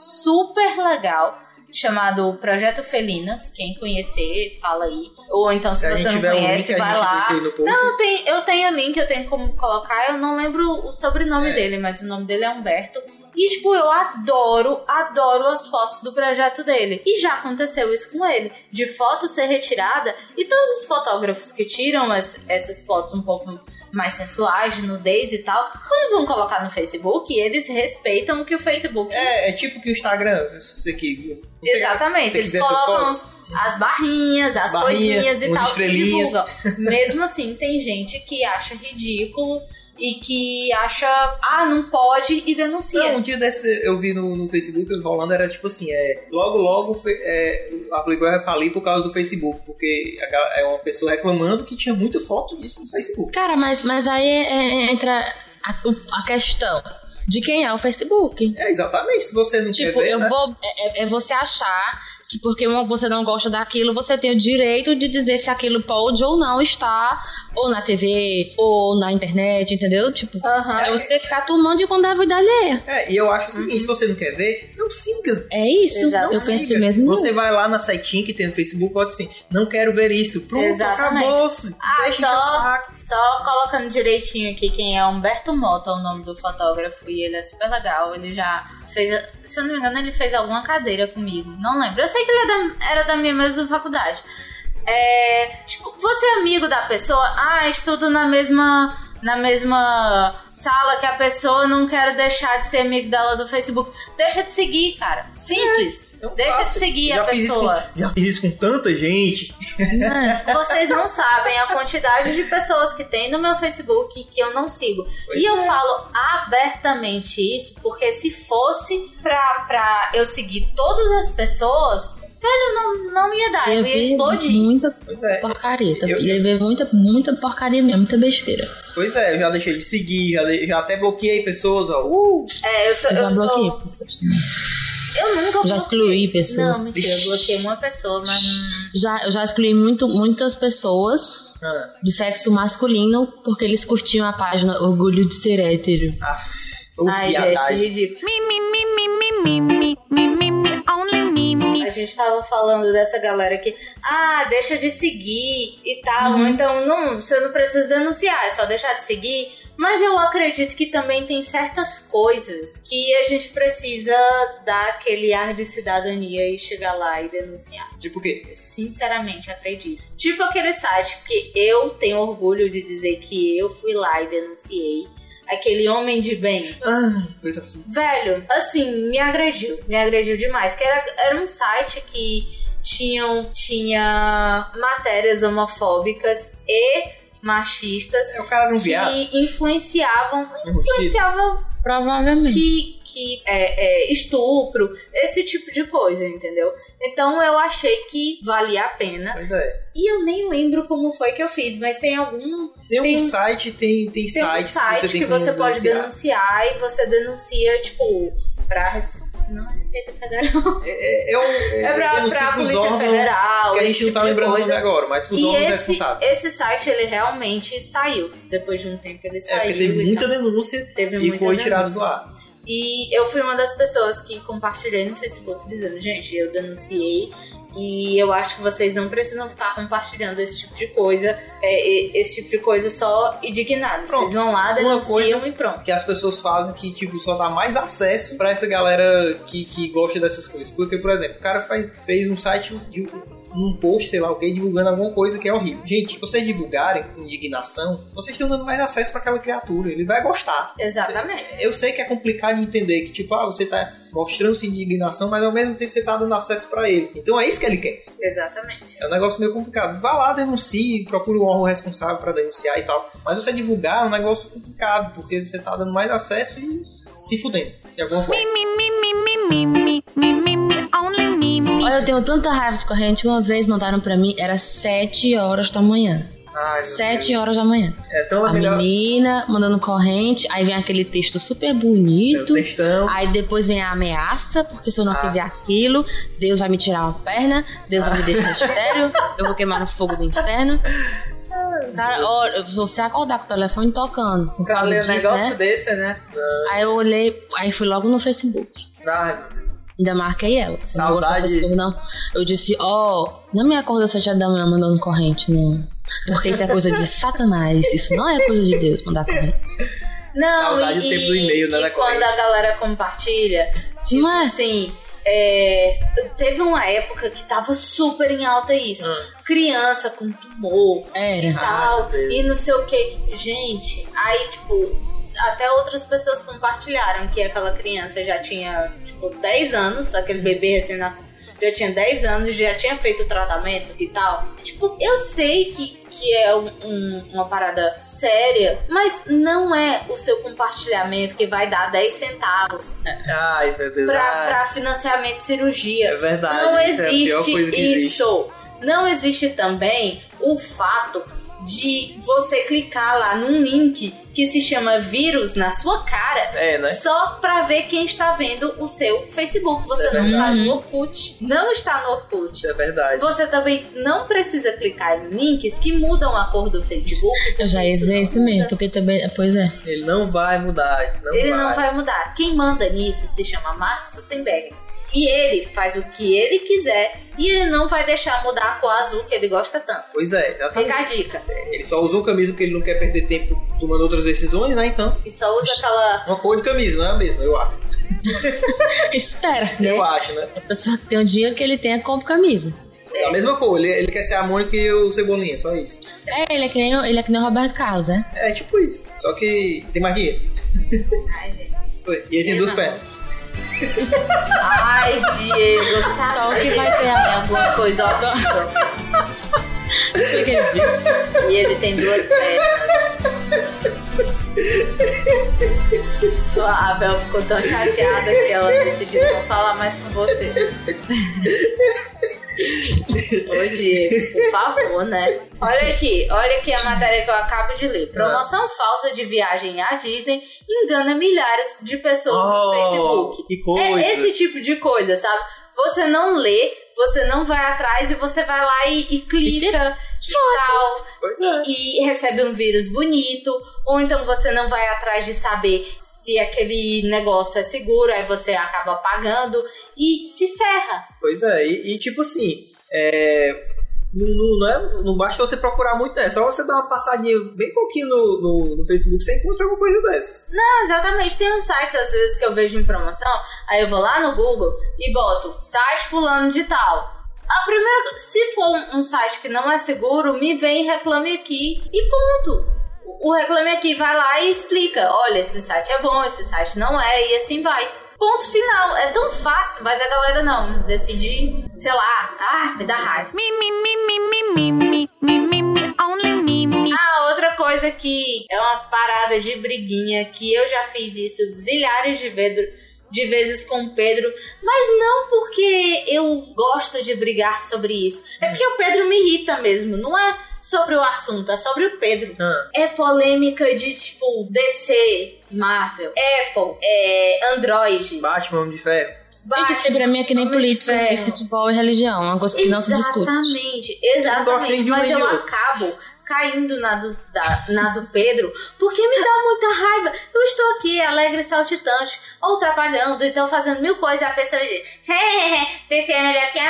super legal chamado Projeto Felinas. Quem conhecer, fala aí. Ou então, se, Se a você gente não tiver um conhece, link, a vai gente lá. deixa aí no post. Não, eu tenho, eu tenho link, eu tenho como colocar. Eu não lembro o sobrenome É. dele, mas o nome dele é Humberto. E, tipo, eu adoro, adoro as fotos do projeto dele. E já aconteceu isso com ele. De foto ser retirada. E todos os fotógrafos que tiram as, essas fotos um pouco mais sensuais, de nudez e tal, quando vão colocar no Facebook, eles respeitam o que o Facebook... É, é tipo que o Instagram, se você que. você- Exatamente, você eles quiser essas colocam fotos, as barrinhas, as Barrinha, coisinhas e uns tal, que estrelinhas. divulgam. Mesmo assim, tem gente que acha ridículo e que acha, ah, não pode e denuncia. Não, um dia desse eu vi no, no Facebook rolando, era tipo assim, é, logo logo fe- é, a Playboy vai falir por causa do Facebook, porque a- é uma pessoa reclamando que tinha muita foto disso no Facebook. Cara, mas, mas aí é- é- entra a, o- a questão de quem é o Facebook. É, exatamente, se você não Tipo, quer ver, eu né? vou. É, é você achar que porque uma- você não gosta daquilo, você tem o direito de dizer se aquilo pode ou não estar, ou na T V, ou na internet, entendeu? Tipo, Aham. é você ficar tomando de quando é a vida alheia. É, e eu acho o seguinte, se você não quer ver, não siga. É isso. Exatamente. Eu penso Siga. do mesmo. Você vai lá na setinha que tem no Facebook, pode assim, não quero ver isso. Pronto, Exatamente. acabou-se. Ah, Deixa de encher o só, saco. só colocando direitinho aqui quem é Humberto Mota, o nome do fotógrafo, e ele é super legal. Ele já fez, se eu não me engano, ele fez alguma cadeira comigo. Não lembro. Eu sei que ele é da- era da minha mesma faculdade. É, tipo, você é amigo da pessoa, ah, estudo na mesma, na mesma sala que a pessoa, não quero deixar de ser amigo dela do Facebook. Deixa de seguir, cara. Simples. Então Deixa fácil. de seguir já a fiz isso pessoa. com- já fiz isso com tanta gente. Vocês não sabem a quantidade de pessoas que tem no meu Facebook que eu não sigo. Pois e eu é. falo abertamente isso, porque se fosse pra, pra eu seguir todas as pessoas, velho, não, não ia dar. Eu Eu ia vi explodir. muita Pois é. porcaria. Eu- Eu vi muita, muita porcaria mesmo, muita besteira. Pois é, eu já deixei de seguir, já, de- já até bloqueei pessoas, ó. Uh, É, eu sou. Eu já Eu, bloqueei sou, pessoas também. eu nunca bloqueei. Já excluí pessoas. Não, mentira, eu bloqueei uma pessoa, mas. não- Já, eu já excluí muito, muitas pessoas ah, do sexo masculino porque eles curtiam a página Orgulho de Ser Hétero. ah, uh, Ai, gente, que viadagem. ridículo. Me, me, me, me, me, me, me, me, me, me, only me, me. A gente tava falando dessa galera que, ah, deixa de seguir e tal. Ou então, não, você não precisa denunciar, é só deixar de seguir. Mas eu acredito que também tem certas coisas que a gente precisa dar aquele ar de cidadania e chegar lá e denunciar. Tipo o quê? Eu sinceramente acredito. Tipo aquele site que eu tenho orgulho de dizer que eu fui lá e denunciei. Aquele homem de bem. Ah, coisa. Velho, assim, me agrediu. Me agrediu demais. Que era, era um site que tinham, tinha matérias homofóbicas e machistas É, o cara não que viado. influenciavam, Injustiça. influenciavam Provavelmente. que, que é, é, estupro, esse tipo de coisa, entendeu? Então eu achei que valia a pena. Pois é. E eu nem lembro como foi que eu fiz, mas tem algum... Tem, Tem um um- site, tem, tem, Tem um sites site que você, tem que como você pode denunciar. denunciar e você denuncia, tipo, pra... Rece- Não é Receita Federal. É, é, um, é, É pra, denuncio pra pros Polícia órgãos Federal, que a esse gente não tipo tá de lembrando o coisa. nome agora, mas pros E órgãos esse, responsáveis. esse site, ele realmente saiu. Depois de um tempo ele É, saiu. porque teve e muita tal. denúncia Teve e muita foi denúncia. tirado lá. E eu fui uma das pessoas que compartilhei no Facebook dizendo, gente, eu denunciei e eu acho que vocês não precisam ficar compartilhando esse tipo de coisa, é, e- esse tipo de coisa só indignados. Pronto. Vocês vão lá, Uma denunciam coisa e pronto. que as pessoas fazem que, tipo, só dá mais acesso pra essa galera que, que gosta dessas coisas. Porque, por exemplo, o cara faz, fez um site, de, um post, sei lá o que, divulgando alguma coisa que é horrível. Gente, vocês divulgarem com indignação, vocês estão dando mais acesso pra aquela criatura. Ele vai gostar. Exatamente. Eu sei que é complicado de entender que, tipo, ah, você tá mostrando sua indignação, mas ao mesmo tempo você tá dando acesso pra ele. Então é isso que ele quer. Exatamente. É um negócio meio complicado. Vá lá, denuncie, procure um órgão responsável pra denunciar e tal. Mas você divulgar é um negócio complicado, porque você tá dando mais acesso e se fudendo. De alguma forma. Me, me, me, me, me, me, me, me, me, only me, me. Olha, eu tenho tanta raiva de corrente. Uma vez mandaram pra mim, era sete horas da manhã. Ai, meu Sete Deus. horas da manhã. É tão A melhor. menina mandando corrente, aí vem aquele texto super É o bonito. textão. Aí depois vem a ameaça, porque se eu não Ah. fizer aquilo, Deus vai me tirar uma perna, Deus vai me deixar estéreo, eu vou queimar no fogo do inferno. Cara, ó, se você acordar com o telefone tocando por Pra causa ler um disso, negócio né? desse, né? Aí eu olhei, aí fui logo no Facebook. Ai, meu Deus. Ainda marquei ela. Eu não gosto Saudade. dessas coisas, não. Eu disse, ó, não me acorda às sete horas da manhã mandando corrente, não. Porque isso é coisa de Satanás. Isso não é coisa de Deus, mandar corrente. Não, Saudade e, do tempo do e-mail, né, e da quando corrente. a galera compartilha, tipo Não é? assim, é, teve uma época que tava super em alta isso. Ah. Criança com tumor Era. e tal, meu Deus. e não sei o que. Gente, aí tipo, até outras pessoas compartilharam que aquela criança já tinha, tipo, dez anos, aquele bebê recém-nascido, já tinha dez anos, já tinha feito o tratamento e tal. Tipo, eu sei que, que é um, um, uma parada séria, mas não é o seu compartilhamento que vai dar dez centavos Ai, meu Deus. pra, ai. pra financiamento de cirurgia. É verdade. Não isso é a pior existe coisa que existe. isso. Não existe também o fato de você clicar lá num link que se chama vírus na sua cara, É, né? só pra ver quem está vendo o seu Facebook. Você Isso é não está verdade. no Orkut. Não está no Orkut. Isso é verdade. Você também não precisa clicar em links que mudam a cor do Facebook. Eu já ia Isso dizer não isso mesmo, muda. porque também. Pois é. Ele não vai mudar. Não Ele vai. não vai mudar. Quem manda nisso se chama Mark Zuckerberg. E ele faz o que ele quiser e ele não vai deixar mudar a cor azul que ele gosta tanto. Pois é, exatamente. Fica a dica. Ele só usou camisa porque ele não quer perder tempo tomando outras decisões, né? Então, E só usa aquela... uma cor de camisa, não é a mesma, eu acho. Espera-se, né? Eu acho, né? A pessoa que tem um dia que ele tenha, compra camisa. É a mesma cor, ele, ele quer ser a Mônica e o Cebolinha, só isso. É, ele é que nem, ele é que nem o Roberto Carlos, né? É tipo isso. Só que tem mais dinheiro. Ai, gente. Foi. E ele tem Eu duas não. pernas. Ai, Diego, sabe? Só o que vai ter a- alguma coisa horrível. Foi que ele disse. E ele tem duas pernas. A Abel ficou tão chateada que ela decidiu não falar mais com você. Ô Diego, por favor, né? Olha aqui, olha aqui a matéria que eu acabo de ler. Promoção falsa de viagem à Disney engana milhares de pessoas no Oh, Facebook. que coisa. É esse tipo de coisa, sabe? Você não lê, você não vai atrás e você vai lá e, e clica e tal. Pois é. E, e recebe um vírus bonito. Ou então você não vai atrás de saber se aquele negócio é seguro, aí você acaba pagando e se ferra. Pois é, e, e tipo assim, é, não, não, não, é, não basta você procurar muito, né? É só você dar uma passadinha bem pouquinho no, no, no Facebook, você encontra alguma coisa dessas. Não, exatamente. Tem uns sites, às vezes, que eu vejo em promoção, aí eu vou lá no Google e boto site fulano de tal. A primeira, se for um, um site que não é seguro, me vem e reclame aqui e ponto. O Reclame Aqui vai lá e explica, olha, esse site é bom, esse site não é, e assim vai. Ponto final. É tão fácil, mas a galera não decide, sei lá, ah, me dá raiva. Me, me, me, me, me, me, me, me, me, me, only me, me. Ah, outra coisa que é uma parada de briguinha, que eu já fiz isso zilhares de, vedro, de vezes com o Pedro, mas não porque eu gosto de brigar sobre isso. É porque o Pedro me irrita mesmo, não é sobre o assunto, é sobre o Pedro. Ah. É polêmica de, tipo, D C, Marvel, Apple, é, Android. Batman, Homem de Ferro. Tem que ser pra mim é que nem Homem de política, Ferro. futebol e religião. É uma coisa que não se discute. Exatamente, Eu não gosto exatamente. nem de um Mas nem de eu outro. acabo caindo na do, da, na do Pedro porque me dá muita raiva. Eu estou aqui alegre e saltitante, ou trabalhando, então fazendo mil coisas, e a pessoa diz: hehehe, P C é melhor que a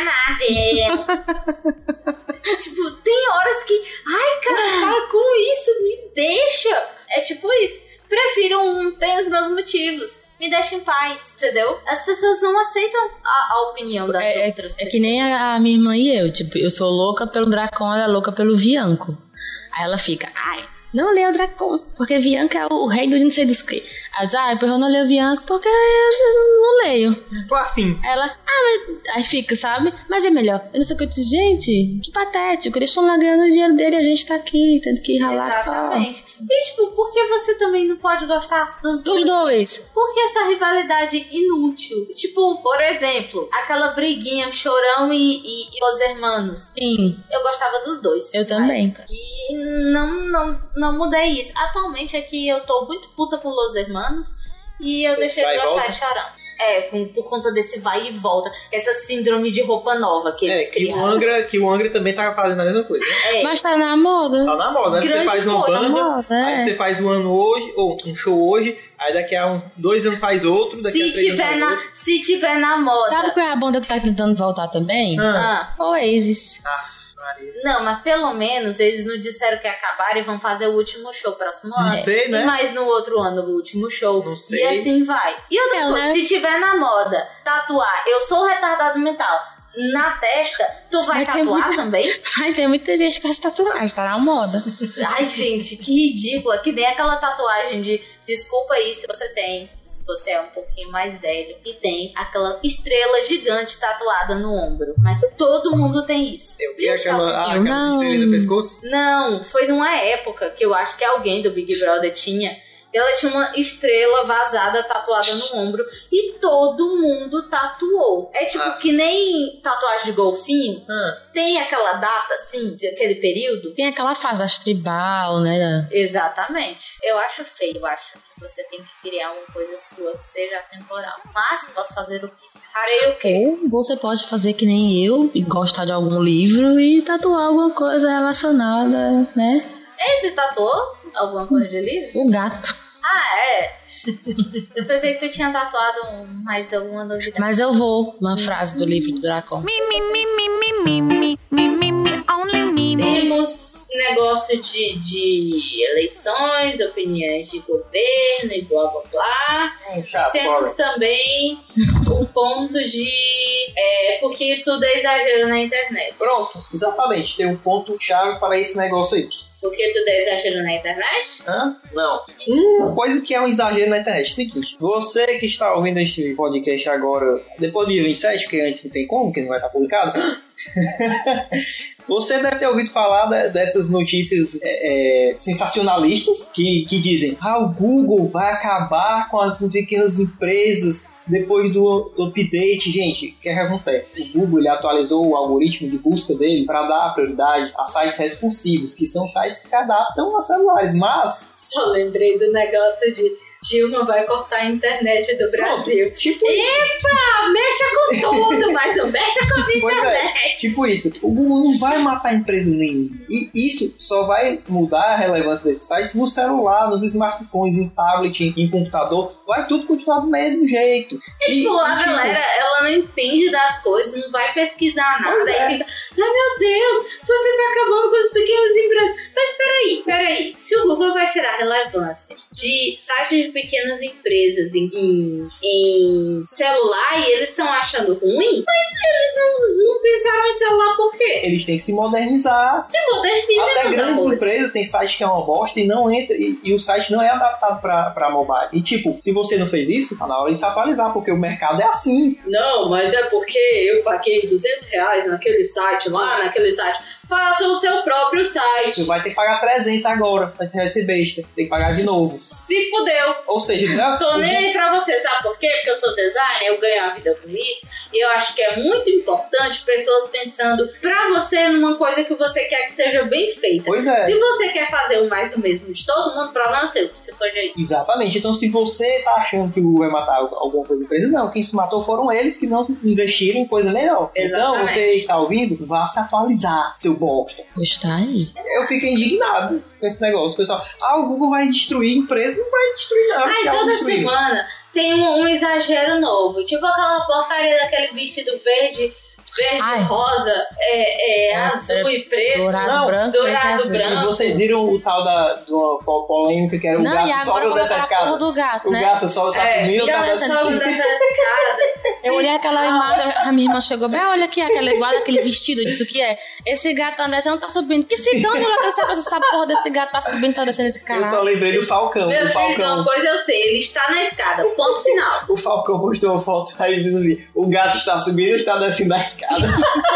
Marvel. Tipo, tem horas que, ai, cara, para com isso, me deixa. É tipo isso. Prefiro um, ter os meus motivos. Me deixa em paz, entendeu? As pessoas não aceitam a, a opinião das É, é, outras é pessoas. que nem a, a minha irmã e eu. Tipo, eu sou louca pelo Dracon, ela é louca pelo Vianco. Aí ela fica, ai, não leia o Dracon, porque Vianco é o rei do não sei dos que. Aí eu diz, ai, eu não leio o Vianco porque eu não leio. Tô afim. Aí ela, ah, mas... Aí fica, sabe? Mas é melhor. Eu não sei o que eu disse, gente, que patético. Eles estão lá ganhando o dinheiro dele e a gente tá aqui, tendo que ralar só. Exatamente. E tipo, por que você também não pode gostar dos dois? Dos dois. Por que essa rivalidade inútil? Tipo, por exemplo, aquela briguinha Chorão e, e, e Los Hermanos. Sim, Eu gostava dos dois. eu também. E não, não, não mudei isso. Atualmente é que eu tô muito puta por Los Hermanos e eu Esse deixei vai de e gostar volta? de Chorão. É, com- por conta desse vai e volta. Essa síndrome de roupa nova que É, eles que o criaram. Angra, que o Angra também tava fazendo a mesma coisa, né? É, Mas tá na moda. Tá na moda, né? Você Grande faz uma coisa, banda, moda, é. aí você faz um ano hoje, ou um show hoje, aí daqui a um, dois anos faz outro, daqui a se três tiver, anos na, faz outro. se tiver na moda. Sabe qual é a banda que tá tentando voltar também? Ah. Ah, Oasis. Ah, Maria. não, mas pelo menos eles não disseram que acabaram e vão fazer o último show próximo Não ano. sei, né? E mais no outro ano o último show. Não sei. E assim vai. E outra É, coisa, né? se tiver na moda tatuar, eu sou retardado mental, na testa, tu vai Vai ter tatuar muita- também? Vai ter muita gente com essa tatuagem, tá na moda. Ai, gente, que ridícula. Que nem aquela tatuagem de desculpa aí se você tem. se você é um pouquinho mais velho e tem aquela estrela gigante tatuada no ombro. Mas todo mundo tem isso. Eu vi aquela, ah, Eu aquela não. estrelinha no pescoço. Não, foi numa época que eu acho que alguém do Big Brother tinha. Ela tinha uma estrela vazada tatuada no ombro e todo mundo tatuou. É tipo Ah. que nem tatuagem de golfinho. Ah. Tem aquela data, assim, aquele período. Tem aquela fase das tribal, né? da- Exatamente. Eu acho feio, eu acho que você tem que criar uma coisa sua que seja atemporal. Mas posso fazer o quê? Farei o quê? Ou você pode fazer que nem eu e gostar de algum livro e tatuar alguma coisa relacionada, né? Ei, você tatuou alguma coisa de livro? O gato. Ah, é? Eu pensei que tu tinha tatuado mais alguma novidade. Mas eu vou, uma frase do livro do Dracon. Me, me, me, me, me, me, me, me, me, me, only me, me. Temos negócio de, de eleições, opiniões de governo e blá blá blá. Hum, chato, Temos bora. também o ponto de é, porque tudo é exagero na internet. Pronto, exatamente. Tem um ponto chave para esse negócio aí. Porque tudo é exagero na internet? Hã? Não. Uma coisa que é um exagero na internet. Seguinte, você que está ouvindo este podcast agora, depois do dia vinte e sete, porque antes não tem como, que não vai estar publicado. Você deve ter ouvido falar de- dessas notícias é, é, sensacionalistas que, que dizem: ah, o Google vai acabar com as pequenas empresas depois do, do update. Gente, o que é que acontece? O Google ele atualizou o algoritmo de busca dele para dar prioridade a sites responsivos, que são sites que se adaptam a celulares, mas Só lembrei do negócio de Dilma vai cortar a internet do Brasil. tipo Epa, mexa com tudo, mas não mexa com a minha Pois é, internet. tipo isso, o Google não vai matar empresa nenhuma. E isso só vai mudar a relevância desses sites no celular, nos smartphones, em tablet, em computador. Vai tudo continuar do mesmo jeito. É, E- tipo, a e, tipo, galera, ela não entende das coisas, não vai pesquisar nada. Pois é. Aí fica, ai meu Deus, você tá acabando com as pequenas empresas. Mas peraí, peraí. Se o Google vai tirar relevância de sites de pequenas empresas em, em, em celular e eles estão achando ruim, mas eles não, não pensaram em celular por quê? Eles têm que se modernizar. Se moderniza, Até meus grandes amores. empresas tem site que é uma bosta e não entra, e, e o site não é adaptado pra, pra mobile. E tipo, se você não fez isso, tá na hora de se atualizar, porque o mercado é assim. Não, mas é porque eu paguei duzentos reais naquele site lá, naquele site. Faça o seu próprio site. Você vai ter que pagar trezentos agora, pra você ser besta. Tem que pagar de novo. Se fudeu. Ou seja, não, Tô nem aí pra você, sabe por quê? Porque eu sou designer, eu ganho a vida com isso. E eu acho que é muito importante pessoas pensando pra você numa coisa que você quer que seja bem feita. Pois é. Se você quer fazer o mais do mesmo de todo mundo, problema é seu. Você pode aí. Exatamente. Então, se você tá achando que o Google vai matar alguma coisa da empresa, não. Quem se matou foram eles que não investiram em coisa melhor. Então, Exatamente. você que tá ouvindo, vá se atualizar, seu bosta. Está aí. Eu fico indignado com esse negócio. O pessoal, ah, o Google vai destruir empresa. Não vai destruir nada. Ai, se toda autodestruir. semana tem um, um exagero novo. Tipo aquela porcaria daquele vestido verde, verde, Ai. rosa, é, é, Nossa, azul e preto. Dourado, Não, branco, dourado, preto e azul. branco. E vocês viram o tal da, de uma po- polêmica que era o Não, e gato agora sobe dessa colocaram a porra escada. do gato, O né? gato sobe, tá É, subindo, e tá ela descendo. sobe dessa escada. Eu olhei aquela imagem, a minha irmã chegou bem, olha aqui, aquela igual aquele vestido, eu disse o que é? Esse gato tá descendo, tá subindo. Que se dane, ela quer saber se essa porra desse gato tá subindo, tá descendo esse Eu cara. só lembrei do Falcão. Meu o filho, uma Falcão. coisa eu sei, ele está na escada, ponto final. O Falcão postou uma foto aí e diz assim: o gato está subindo ou está descendo da escada?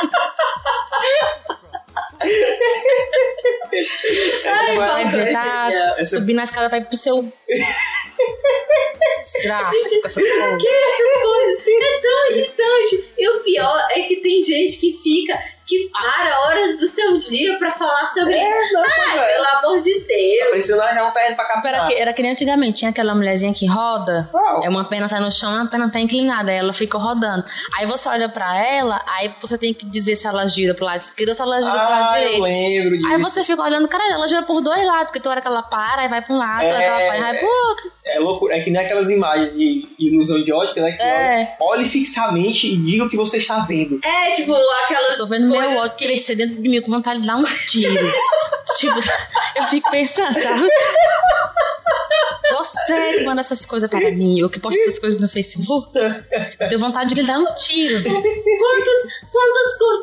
Ai, Essa Vai dizer, tá Essa- subindo a escada pra ir pro seu... Desgraça com essas coisas. Que essas coisas é tão irritante. E o pior é que tem gente que fica, que para horas do seu dia pra falar sobre isso. não, Ai, pois é. pelo amor de Deus. Precisa arranjar um terreno pra Tipo, era, captar. que, era que nem antigamente, tinha aquela mulherzinha que roda, Qual? é uma perna tá no chão e uma perna tá inclinada, aí ela fica rodando. Aí você olha pra ela, aí você tem que dizer se ela gira pro lado esquerdo ou se ela gira pro lado Ah, eu direito. lembro disso. Aí você fica olhando, cara, ela gira por dois lados, porque toda hora que ela para, aí vai pra um lado, toda hora que ela para, aí vai pro outro. É loucura. É que nem aquelas imagens de ilusão de ótica, né? Que você É. olha, olhe fixamente e diga o que você está vendo. É, tipo, aquelas Tô vendo meu coisas ódio que... crescer dentro de mim com vontade de dar um tiro. Tipo, eu fico pensando, sabe? Você que manda essas coisas para mim, ou que posta essas coisas no Facebook, eu tenho vontade de lhe dar um tiro. Quantas, quantas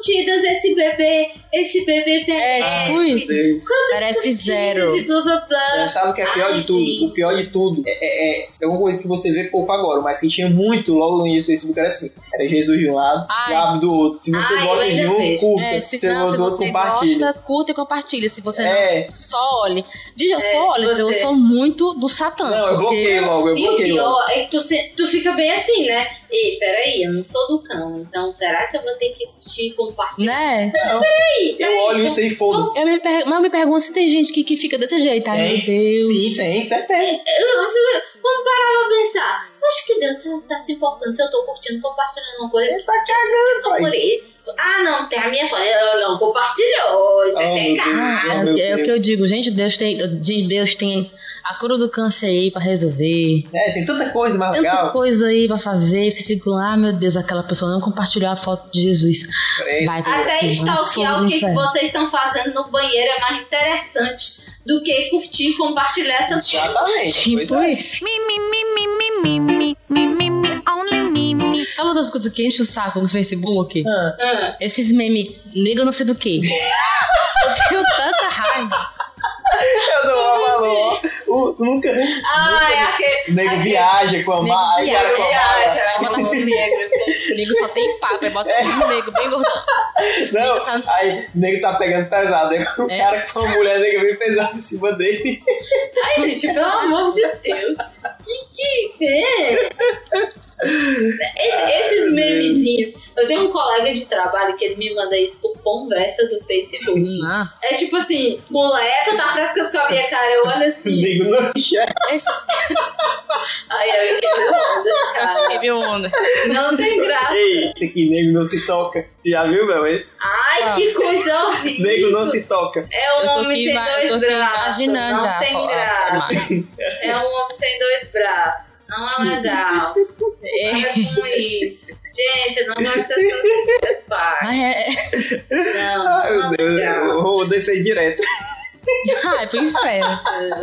curtidas esse bebê, esse bebê pega. É, tipo isso. Parece zero. E blá, blá, blá. É, sabe o que é pior Ai, de tudo? gente. O pior de tudo é, é, é, é uma coisa que você vê pouco agora, mas que tinha muito logo no início do Facebook, era assim. Era Jesus de um lado, Ai. Diabo do outro. Se você Ai, eu gosta de ainda um, vejo. curta. É, se se, você não, gosta se do outro, você compartilha. gosta, curta e compartilha. Se você É. não, só olhe. Diz, eu É, só olho, se eu você- sou muito do Satã. Não, eu porque- bloqueio logo, eu E o bloqueio logo. pior é que tu, se- tu fica bem assim, né? E peraí, eu não sou do cão, então será que eu vou ter que curtir e compartilhar? Né? Peraí, Eu olho isso aí, foda-se. Eu me, per... Mas eu me pergunto se tem gente que, que fica desse jeito. Ai, meu Deus. Sim, tem, certeza. Eu, eu fico, quando parava pra pensar, eu acho que Deus tá, tá se importando se eu tô curtindo, compartilhando uma coisa. Ele tá cagando só por isso. ele. Ah, não, tem a minha foto. Eu não compartilhou, isso é Oh, meu pecado. Ah, Oh, é, meu é o Deus. que eu digo. Gente, Deus tem, gente, Deus tem a cura do câncer aí pra resolver. É, tem tanta coisa mais Tanta legal. coisa aí pra fazer. Vocês ficam, ah, meu Deus, aquela pessoa não compartilhou a foto de Jesus. Parece. Vai Até tomar stalkear fogo o do que, que inferno. vocês estão fazendo no banheiro é mais interessante do que curtir e compartilhar essas coisas. Exatamente. Tipo pois é. isso. Me, me, me, me, me, me, me, me, me, me, only me, me. Sabe uma das coisas que enche o saco no Facebook? Ah, Ah, Esses memes, nego não sei do que. Eu tenho tanta raiva. eu dou uma valor. Uh, tu nunca. ah é aquele. O nego aquele- viaja com a Nego mala. Aí o cara com a mala. viaja, aí bota no negro. O nego só tem papo, aí bota no negro, bem gordão. Não, Nego só não- aí o nego tá pegando pesado. Aí o É. cara com a mulher, o nego vem pesado em cima dele. Ai, gente, pelo amor de Deus. Que que é? Esse- esses memezinhos. Eu tenho um colega de trabalho que ele me manda isso por conversa do Facebook. Ah, É tipo assim, mulher, tu tá frescando com a minha cara, eu olho O assim. nego não enxerga. esses Ai, eu fiquei onda, cara. que onda. Não tem graça. Ei, esse aqui, nego não se toca. Já viu, meu? Esse Ai, que coisa horrível. nego não se toca. É um Eu tô homem aqui, sem ima- eu dois tô aqui braços. imaginando Não já. tem a- a graça. imagem. É um homem sem dois braços. Não é legal. Para com isso. Gente, eu não gosto dessa parte. Mas é. Não, Ai, não meu é Deus, legal. eu vou descer direto. Ai, pro inferno.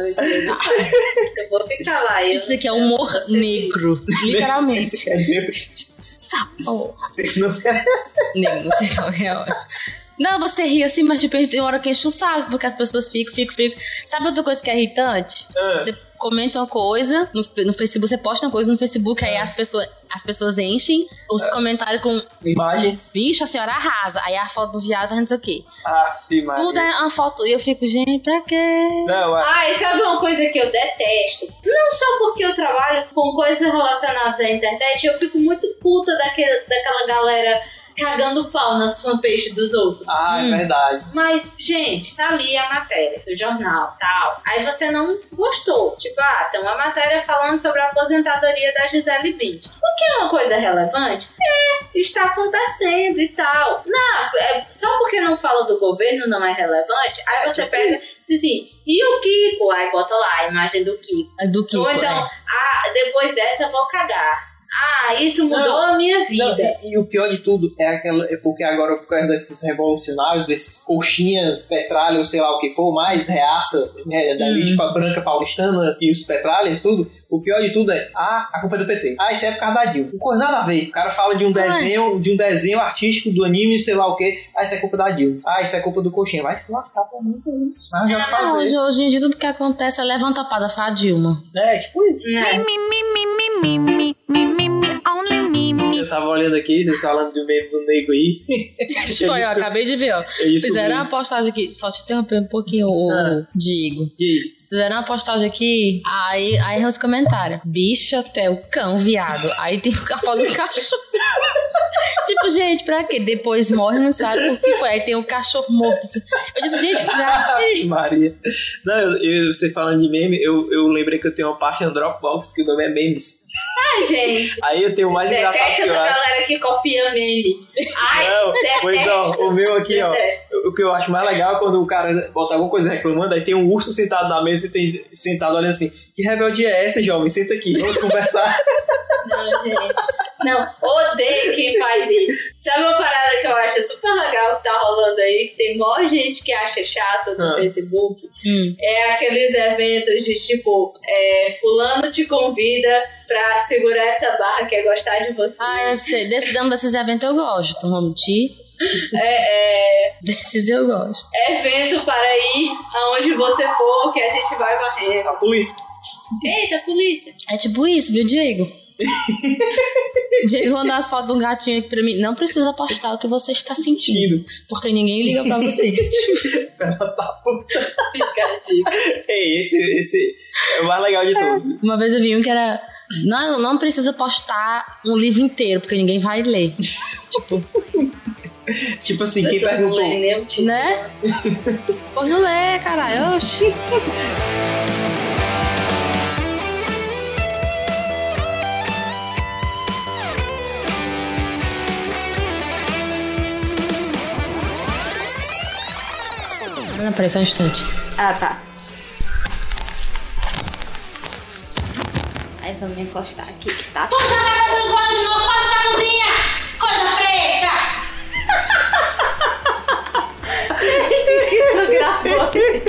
Eu vou ficar lá. Eu Isso aqui é humor negro. Literalmente. Esse é negro. Essa porra. Não Negro, não sei se é ótimo. Não, você ri assim, mas tipo, tem hora que enche o saco, porque as pessoas ficam, ficam, ficam. Sabe outra coisa que é irritante? Ah. Você comenta uma coisa no, no Facebook, você posta uma coisa no Facebook, aí as pessoas, as pessoas enchem os comentários com Imagens. bicho, a senhora arrasa. Aí a foto do viado vai não sei o quê. Aff, Maria. Tudo é uma foto. E eu fico, gente, pra quê? Não, é. Ah, e sabe uma coisa que eu detesto? Não só porque eu trabalho com coisas relacionadas à internet, eu fico muito puta daquele, daquela galera cagando pau nas fanpages dos outros. Ah, é Hum. verdade. Mas, gente, tá ali a matéria do jornal, tal. Aí você não gostou. Tipo, ah, tem uma matéria falando sobre a aposentadoria da Gisele Bündchen. O que é uma coisa relevante? É, está acontecendo e tal. Não, é, só porque não fala do governo não é relevante. Aí você pega e diz assim, e o Kiko? Aí bota lá a imagem do Kiko. Do que? Ou então, ah, depois dessa eu vou cagar. Ah, isso mudou Não, a minha Não, vida. e, e o pior de tudo é aquela. É porque agora, por causa desses revolucionários, desses coxinhas, petralha, sei lá o que for, mais reaça, né, da Hum. elite branca paulistana e os petralhas, tudo. O pior de tudo é, ah, a culpa é do P T. Ah, isso é por causa da Dilma. Não coisa nada a ver. O cara fala de um Não é. desenho, de um desenho artístico do anime, sei lá o que. Ah, isso é culpa da Dilma. Ah, isso é culpa do coxinha. Vai se lascar pra mim, por isso. Mas já Não, fazer. hoje, hoje em dia tudo que acontece é levanta a pá da Fá Dilma. É, tipo isso. Né? Me, me, me, me, me, me, me, me, me, only me, me. Eu tava olhando aqui, vocês falando de um meme do nego aí. Foi, eu acabei de ver, ó. Eu descobri. Fizeram uma postagem aqui, só te interromper um pouquinho, o Ah. Diego. Que isso? Fizeram uma postagem aqui, aí, aí os comentários. Bicha até o cão, viado. Aí tem a foto do cachorro. Tipo, gente, pra quê? Depois morre, não sabe o que foi. Aí tem o cachorro morto. Eu disse, gente, pra quê? Maria. Não, eu, eu- você falando de meme, eu, eu lembrei que eu tenho uma página no Dropbox que o nome é Memes. Ai, gente. Aí eu tenho o mais engraçado Detesta que eu essa acho. galera que copia meme. Ai, Não, pois não, detesto. o meu aqui, ó. Detesto. O que eu acho mais legal é quando o cara bota alguma coisa reclamando, aí tem um urso sentado na mesa e tem sentado olhando assim. Que rebeldia é essa, jovem? Senta aqui, vamos conversar. Não, gente. Não, odeio quem faz isso. Sabe uma parada que eu acho super legal que tá rolando aí, que tem maior gente que acha chato no Ah. Facebook? Hum. É aqueles eventos de tipo, é, fulano te convida pra segurar essa barra que é gostar de você. Ah, eu sei. Desse, dando desses eventos eu gosto. Vamos te. É, é, Desses eu gosto. evento para ir aonde você for, que a gente vai varrer. A polícia. Eita, polícia. É tipo isso, viu, Diego? Diego mandou as fotos de um gatinho aqui pra mim. Não precisa postar o que você está sentindo, porque ninguém liga pra você. Ficativo. Ei, esse, esse é o mais legal de todos. Uma vez eu vi um que era... Não, não precisa postar um livro inteiro, porque ninguém vai ler. Tipo... Tipo assim, quem Você não perguntou? lê nem o título. Né? Pô, não lê, caralho. Oxi. Não, peraí, só um instante. Ah, tá. Aí vamos encostar aqui que tá. Tu já vai fazer os bolos de novo, passa pra cozinha! Coisa preta! Diz que tu gravou.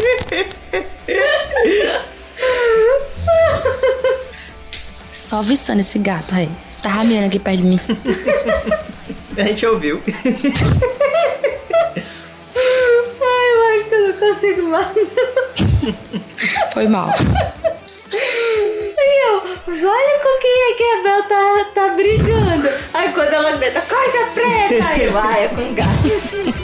Só viçando esse gato aí. Tá rameando aqui perto de mim. A gente ouviu. Ai, eu acho que eu não consigo mais. Foi mal. E eu, olha com quem é que a Bel tá, tá brigando. Aí quando ela grita, coisa preta, aí eu, ah, é com gato.